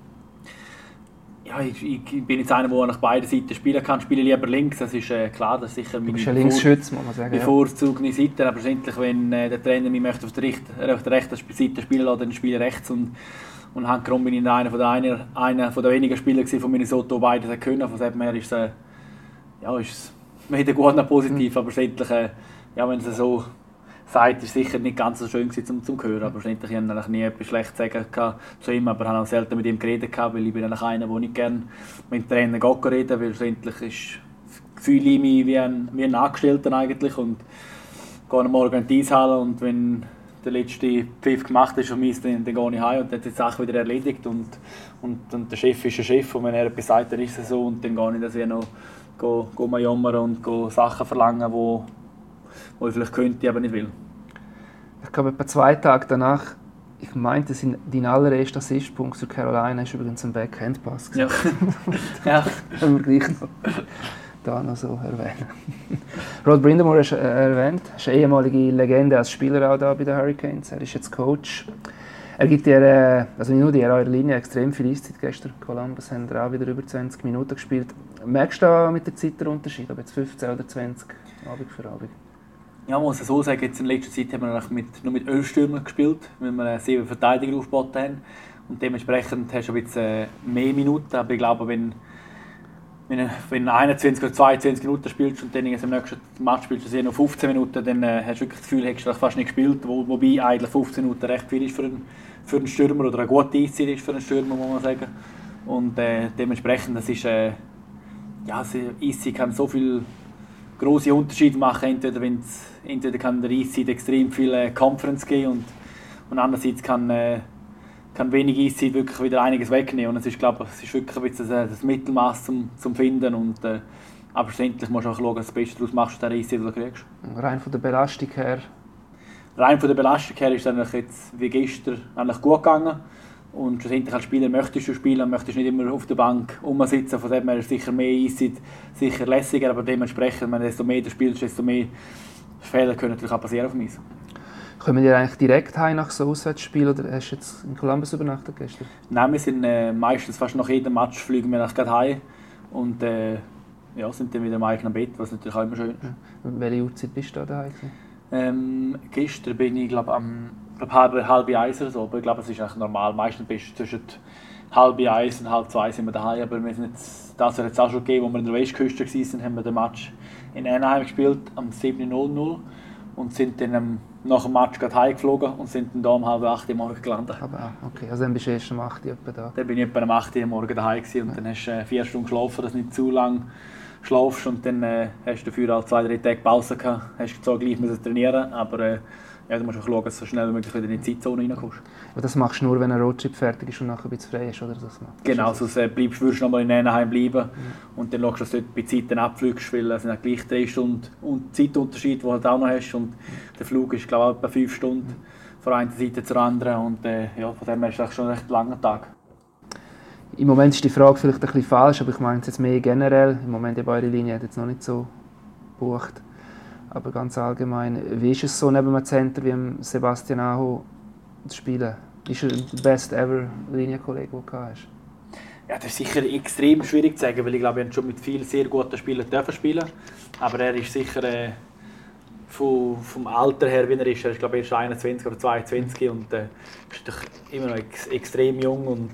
ja, ich, ich bin jetzt einer, der nach beiden Seiten spielen kann. Ich spiele lieber links, das ist äh, klar, das ist sicher meine Linksschütze, muss man sagen. Bevorzugene ja. Seite, aber schlussendlich, wenn äh, der Trainer mich möchte auf der rechten, auf der rechten Seite spielen lassen, dann spiele ich rechts, und und handgenommen bin ich einer von der, einer, einer von der wenigen Spieler von Minnesota, die beides können. Von dem her ist es, äh, ja, ist es weder gut noch positiv, mhm. aber schlussendlich, äh, ja, wenn es so sagt, ist es sicher nicht ganz so schön zum, zum Hören, aber schlussendlich ich habe ich nie etwas Schlechtes sagen zu ihm, aber ich habe auch selten mit ihm geredet, weil ich bin eigentlich einer, der nicht gerne mit dem Trainer geht reden, weil schlussendlich ist, fühle ich mich wie ein, wie ein Angestellter eigentlich, und gehe am Morgen in die Eishalle, und wenn der letzte Pfiff gemacht ist, dann, dann gehe ich heim und dann ist die Sache wieder erledigt, und, und, und der Chef ist der Chef, und wenn er etwas sagt, dann ist es so, und dann gehe ich das wie noch go, go mal jammern und go Sachen verlangen, wo, wo ich vielleicht könnte, aber nicht will. Ich glaube, etwa zwei Tage danach, ich meinte, dein allererster Assistpunkt zu Carolina ist übrigens ein Backhand-Pass. Ja. Ja. Können wir gleich noch da noch so erwähnen. Rod Brind'Amour hast du erwähnt, er ist eine ehemalige Legende als Spieler auch da bei den Hurricanes. Er ist jetzt Coach. Er gibt dir, also nicht nur dir, eurer Linie extrem viel Eiszeit. Gestern Columbus haben wir auch wieder über zwanzig Minuten gespielt. Merkst du da mit der Zeit den Unterschied, ob jetzt fünfzehn oder zwanzig Abend für Abend? Ja, man muss es so sagen, jetzt in letzter Zeit haben wir mit, nur mit Ölstürmern gespielt, weil wir sieben Verteidiger aufgebaut haben. Und dementsprechend hast du ein bisschen mehr Minuten, aber ich glaube, wenn Wenn, wenn du einundzwanzig oder zweiundzwanzig Minuten spielst und dann im nächsten Match spielst du noch fünfzehn Minuten, dann äh, hast du wirklich das Gefühl, hättest du fast nicht gespielt. Wo, wobei eigentlich fünfzehn Minuten recht viel ist für einen, für einen Stürmer, oder eine gute Eiszeit ist für einen Stürmer, muss man sagen. Und äh, dementsprechend, das ist, äh, ja, Eiszeit kann so viel grosse Unterschiede machen. Entweder, wenn's, entweder kann der Eiszeit extrem viel äh, Conference geben, und, und andererseits kann äh, kann wenig Eiszeit wirklich wieder einiges wegnehmen. Und es ist, glaube ich, es ist wirklich ein bisschen das, das Mittelmaß zum, zum Finden. Und, äh, aber schlussendlich musst du auch schauen, dass du das Beste daraus machst, der Eiszeit, die du kriegst. Rein von der Belastung her? Rein von der Belastung her ist es jetzt wie gestern eigentlich gut gegangen. Und schlussendlich als Spieler möchtest du spielen, möchtest nicht immer auf der Bank rumsitzen. Von dem her ist sicher mehr Eiszeit sicher lässiger, aber dementsprechend, wenn du desto mehr du spielst, desto mehr Fehler können natürlich auch passieren auf dem Eis. Kommen wir eigentlich direkt heim nach so Auswärtsspiel, oder hast du jetzt in Columbus übernachtet gestern? Nein, wir sind äh, meistens fast nach jedem Match fliegen wir nach gerade heim und äh, ja, sind dann wieder im eigenen Bett, was natürlich auch immer schön ist. Ja. Welche Uhrzeit bist du da daheim? Ähm, gestern bin ich glaube am glaub, halb, halb eins oder so, aber ich glaube, es ist eigentlich normal. Meistens bist du zwischen halb eins und halb zwei sind wir daheim, aber wir sind jetzt, das hat es auch schon gegeben, als wir in der Westküste waren, haben wir den Match in Anaheim gespielt, am sieben null null und sind dann ähm, nach dem Match gerade heimgeflogen und sind dann da um halb acht Uhr morgens gelandet. Aber okay, also dann bist du erst um acht Uhr da. Dann bin ich etwa um acht Uhr morgens daheim gewesen, und ja. Dann hast du äh, vier Stunden geschlafen, dass du nicht zu lang schlafst, und dann äh, hast du dafür auch zwei, drei Tage Pause gehabt, hast zwar gleich müssen trainieren, aber äh, ja, du musst auch schauen, dass du so schnell wie möglich wieder in die Zeitzone reinkommst. Aber das machst du nur, wenn ein Roadtrip fertig ist und nachher ein bisschen frei ist, oder? Das genau, sonst äh, bleibst, würdest du noch mal in Anaheim bleiben, mhm. und dann schaust du, dass du dort bei Zeiten abfliegst, weil es sind halt gleich drei Stunden und Zeitunterschied, den du halt auch noch hast, und mhm. der Flug ist glaube ich etwa fünf Stunden mhm. von einer Seite zur anderen, und äh, ja, von dem her ist es schon ein recht langer Tag. Im Moment ist die Frage vielleicht ein bisschen falsch, aber ich meine es jetzt mehr generell. Im Moment hat eure Linie jetzt noch nicht so gebucht. Aber ganz allgemein, wie ist es so neben einem Center wie dem Sebastian Aho zu spielen? Ist er der best ever Linienkollege, den du hast? Ja, das ist sicher extrem schwierig zu sagen, weil ich glaube, wir haben schon mit vielen sehr guten Spielern dürfen spielen. Aber er ist sicher äh, vom, vom Alter her, wie er ist, er ist glaube ich erst einundzwanzig oder zweiundzwanzig und äh, ist doch immer noch ex extrem jung und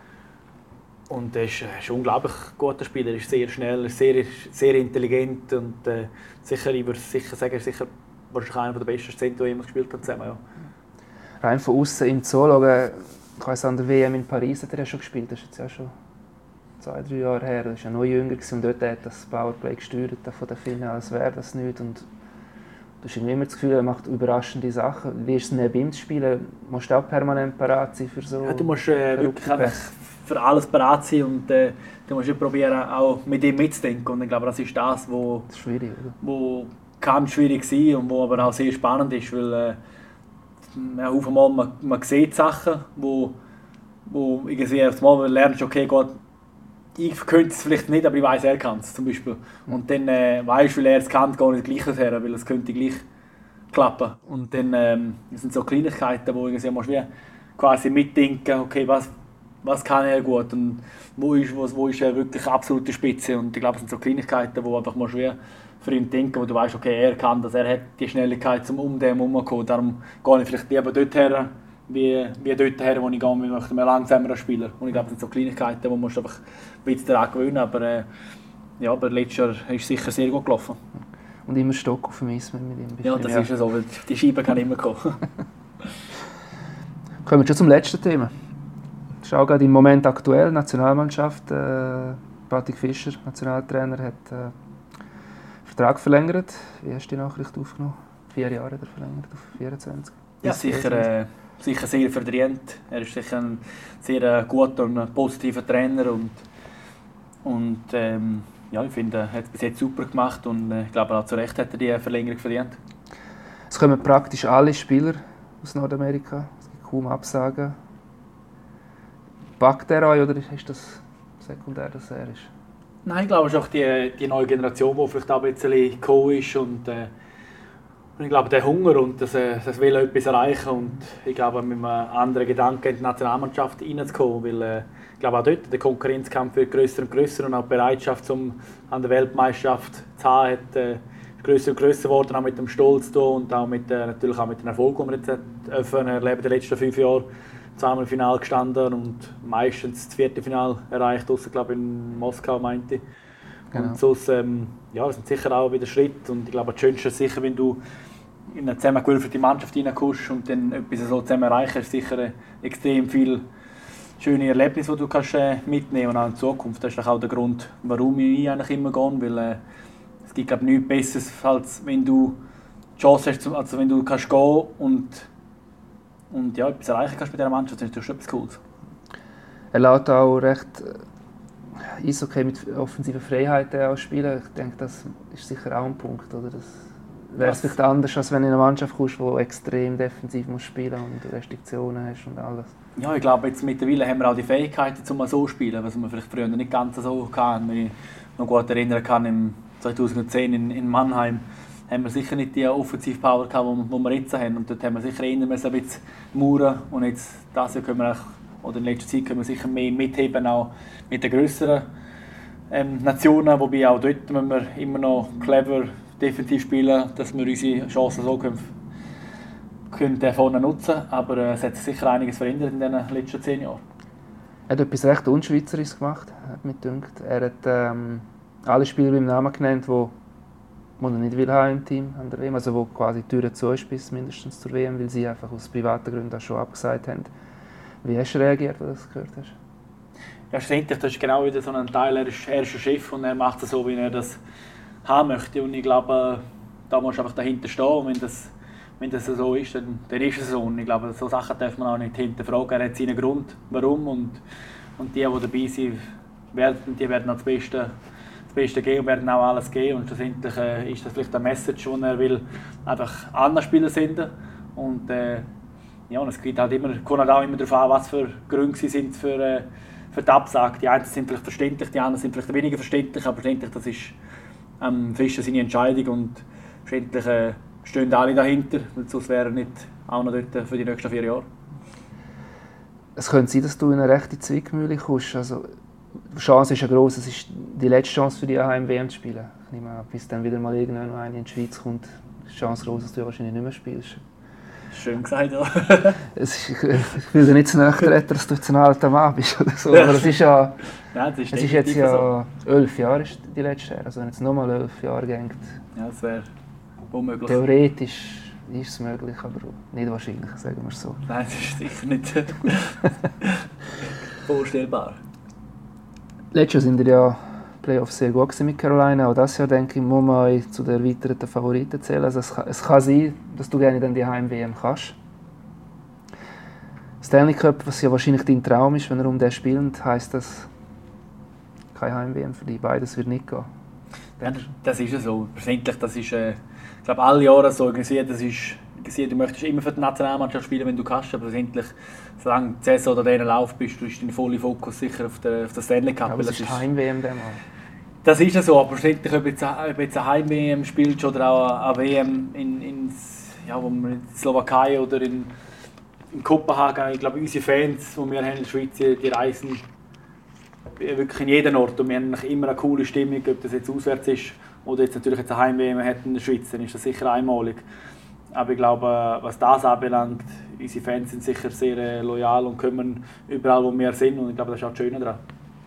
Und er ist, ist ein unglaublich guter Spieler, er ist sehr schnell, sehr, sehr intelligent und äh, sicher, ich würde sicher sagen, er ist sicher wahrscheinlich einer der besten Center, die jemals gespielt hat zusammen. Ja. Rein von außen ihm zuschauen, ich weiss, an der W M in Paris hat er ja schon gespielt, das ist jetzt ja schon zwei, drei Jahre her, er war ja noch jünger und dort hat das Powerplay gesteuert von den Finnen, als wäre das nicht. Und du hast immer das Gefühl, er macht überraschende Sachen. Wie ist es neben ihm zu spielen? Musst du auch permanent parat sein für so? Ja, du musst äh, wirklich für alles bereit sein und äh, du musst probieren, auch mit ihm mitzudenken. Und ich glaube, das ist das, wo, das ist schwierig, oder? Wo kann schwierig sein und wo aber auch sehr spannend ist, weil äh, auf einmal man, man sieht Sachen, wo, wo irgendwie auf einmal lernst, okay, Gott, ich könnte es vielleicht nicht, aber ich weiß, er kann es zum Beispiel. Und dann äh, weißt du, weil er es kann, gar nicht gleich her, weil es könnte gleich klappen. Und dann ähm, das sind so Kleinigkeiten, wo irgendwie musst wie quasi mitdenken, okay, was was kann er gut und wo ist, wo, wo ist er wirklich absolute Spitze. Und ich glaube, es sind so Kleinigkeiten, wo einfach musst du für ihn denken, wo du weißt, okay, er kann das, er hat die Schnelligkeit, um um den herumzukommen. Darum gehe ich vielleicht lieber dort her, wie, wie dort her, wo ich gehe, wie möchte mehr langsamer Spieler. Und ich glaube, es sind so Kleinigkeiten, wo musst du einfach ein bisschen daran gewöhnen. Aber, äh, ja, aber letztes Jahr ist es sicher sehr gut gelaufen. Und immer Stock auf dem Eis, wenn mit ihm bist. Ja, das ist ja so, weil die Scheibe kann immer kommen. Kommen wir schon zum letzten Thema. Das ist auch gerade im Moment aktuell, Nationalmannschaft. Äh, Patrick Fischer, Nationaltrainer, hat äh, einen Vertrag verlängert. Wie hast du die Nachricht aufgenommen? Vier Jahre hat er verlängert, auf vierundzwanzig. Ja, sicher, äh, sicher sehr verdient. Er ist sicher ein sehr äh, guter und positiver Trainer. Und, und ähm, ja, ich finde, er hat es bis jetzt super gemacht und äh, ich glaube auch zu Recht hat er die Verlängerung verdient. Es kommen praktisch alle Spieler aus Nordamerika. Es gibt kaum Absagen. Packt er euch oder ist das sekundär, dass er ist? Nein, ich glaube, es ist auch die, die neue Generation, die vielleicht auch ein bisschen gekommen ist. Und, äh, und ich glaube, der Hunger und das, äh, das will etwas erreichen. Und ich glaube, mit einem anderen Gedanken in die Nationalmannschaft reinzukommen. Weil äh, ich glaube, auch dort der Konkurrenzkampf wird grösser und grösser und auch die Bereitschaft, um an der Weltmeisterschaft zu haben, hat, äh, ist grösser und grösser geworden, auch mit dem Stolz und auch mit, äh, natürlich auch mit dem Erfolg, den wir jetzt erleben in den letzten fünf Jahren. Zweimal im Finale gestanden und meistens das vierte Finale erreicht, ausser glaube in Moskau meinte. Genau. Und sonst, ähm, ja, das sind sicher auch wieder Schritte und ich glaube, das Schönste ist sicher, wenn du in eine zusammengewürfelte Mannschaft reinkommst und dann etwas so zusammen erreichst, ist sicher extrem viel schöne Erlebnisse, die du kannst, äh, mitnehmen kannst, auch in Zukunft. Das ist auch der Grund, warum ich eigentlich immer gehe, weil äh, es gibt glaube nichts Besseres, als wenn du die Chance hast, also wenn du kannst gehen und Und ja, etwas erreichen kannst mit dieser Mannschaft, das ist schon etwas Cooles. Er lässt auch recht äh, Eishockey mit offensiver Freiheit auch spielen. Ich denke, das ist sicher auch ein Punkt. Oder? Das wäre es vielleicht anders, als wenn du in eine Mannschaft kommst, die extrem defensiv muss spielen und Restriktionen hast und alles. Ja, ich glaube, jetzt mittlerweile haben wir auch die Fähigkeiten, um so zu spielen, was wir vielleicht früher nicht ganz so hatten. Wenn ich noch gut erinnern kann, im zweitausendzehn in, in Mannheim, haben wir sicher nicht die Offensivpower gehabt, die wir jetzt haben. Und dort haben wir sicher eher ein bisschen mauern. Und jetzt, das Jahr können wir auch, oder in letzter Zeit können wir sicher mehr mitheben, auch mit den grösseren ähm, Nationen. Wobei auch dort müssen wir immer noch clever defensiv spielen, dass wir unsere Chancen so können, können vorne nutzen. Aber äh, es hat sich sicher einiges verändert in den letzten zehn Jahren. Er hat etwas recht Unschweizerisches gemacht, hat mich gedacht. Er hat ähm, alle Spieler beim Namen genannt, die er nicht will haben im Team an der W M, also wo quasi die Tür zu ist bis mindestens zur W M, weil sie einfach aus privaten Gründen auch schon abgesagt haben. Wie hast du reagiert, als du das gehört hast? Ja, schlussendlich, das ist genau wieder so ein Teil, er ist, er ist ein Chef und er macht es so, wie er das haben möchte. Und ich glaube, da musst du einfach dahinter stehen. Und wenn das, wenn das so ist, dann, dann ist es so. Und ich glaube, so Sachen darf man auch nicht hinterfragen. Er hat seinen Grund, warum. Und, und die, die dabei sind, werden, die werden auch das Beste, das Beste geben und werden auch alles geben. Und schlussendlich äh, ist das vielleicht eine Message, die er will, einfach anderen Spieler senden. Und äh, ja, und es geht halt immer, kommt halt auch immer darauf an, was für Gründe sie sind für, äh, für die Absage. Die einen sind vielleicht verständlich, die anderen sind vielleicht weniger verständlich, aber schlussendlich, das ist ähm, Fischer seine Entscheidung und schlussendlich äh, stehen alle dahinter, weil sonst wäre er nicht auch noch dort für die nächsten vier Jahre. Es könnte sein, dass du in eine rechte Zwickmühle kommst. Also, die Chance ist ja gross, es ist die letzte Chance für dich, Heim-W M zu spielen. Ich nehme an, bis dann wieder mal irgendwann eine in die Schweiz kommt, ist die Chance groß, dass du wahrscheinlich nicht mehr spielst. Schön gesagt, ja. Es ist, ich will dir nicht zu nahe treten, dass du jetzt ein alter Mann bist oder so. Aber es ist ja, Nein, das ist es ist jetzt ja so. elf Jahre ist die letzte Jahre. Also wenn jetzt nochmal elf Jahre geht, ja, das wäre unmöglich. Theoretisch ist es möglich, aber nicht wahrscheinlich, sagen wir es so. Nein, das ist sicher nicht vorstellbar. Letztes Jahr sind wir ja Playoffs sehr gut mit Carolina. Auch dieses Jahr, denke ich, muss man euch zu den erweiterten Favoriten zählen. Also es, kann, es kann sein, dass du gerne dann die Heim-W M kannst. Stanley Cup, was ja wahrscheinlich dein Traum ist, wenn er um den spielt, heisst das keine Heim-W M für dich. Beides wird nicht gehen. Ja, das ist ja so. Schlussendlich, das ist, äh, ich glaube, alle Jahre so organisiert. Das ist, du möchtest immer für die Nationalmannschaft spielen, wenn du kannst, aber schlussendlich, solange die Saison oder diesen Lauf bist, du hast deinen vollen Fokus sicher auf den, auf den Stanley Cup. Aber es ist Heim-W M dann mal. Das ist ja so, aber schlussendlich, ob jetzt, ob jetzt eine Heim-W M spielst oder auch eine W M in, in, ja, wo man in Slowakei oder in, in Kopenhagen, ich glaube, unsere Fans, die wir haben in der Schweiz, die reisen wirklich in jeden Ort und wir haben immer eine coole Stimmung, ob das jetzt auswärts ist oder jetzt natürlich jetzt eine Heim-W M hat in der Schweiz, dann ist das sicher einmalig. Aber ich glaube, was das anbelangt, unsere Fans sind sicher sehr loyal und kommen überall, wo wir sind und ich glaube, das ist auch das Schöne daran.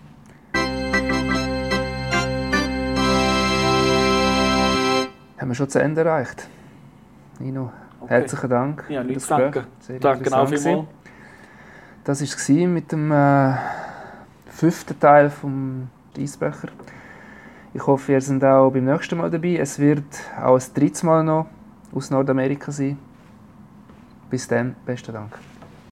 Haben wir schon zu Ende erreicht. Nino, okay. Herzlichen Dank. Ja, nichts danke. Danke genau vielmals. Das war es mit dem äh, fünften Teil vom Eisbecher. Ich hoffe, ihr seid auch beim nächsten Mal dabei. Es wird auch ein drittes Mal noch aus Nordamerika sein. Bis dann, besten Dank.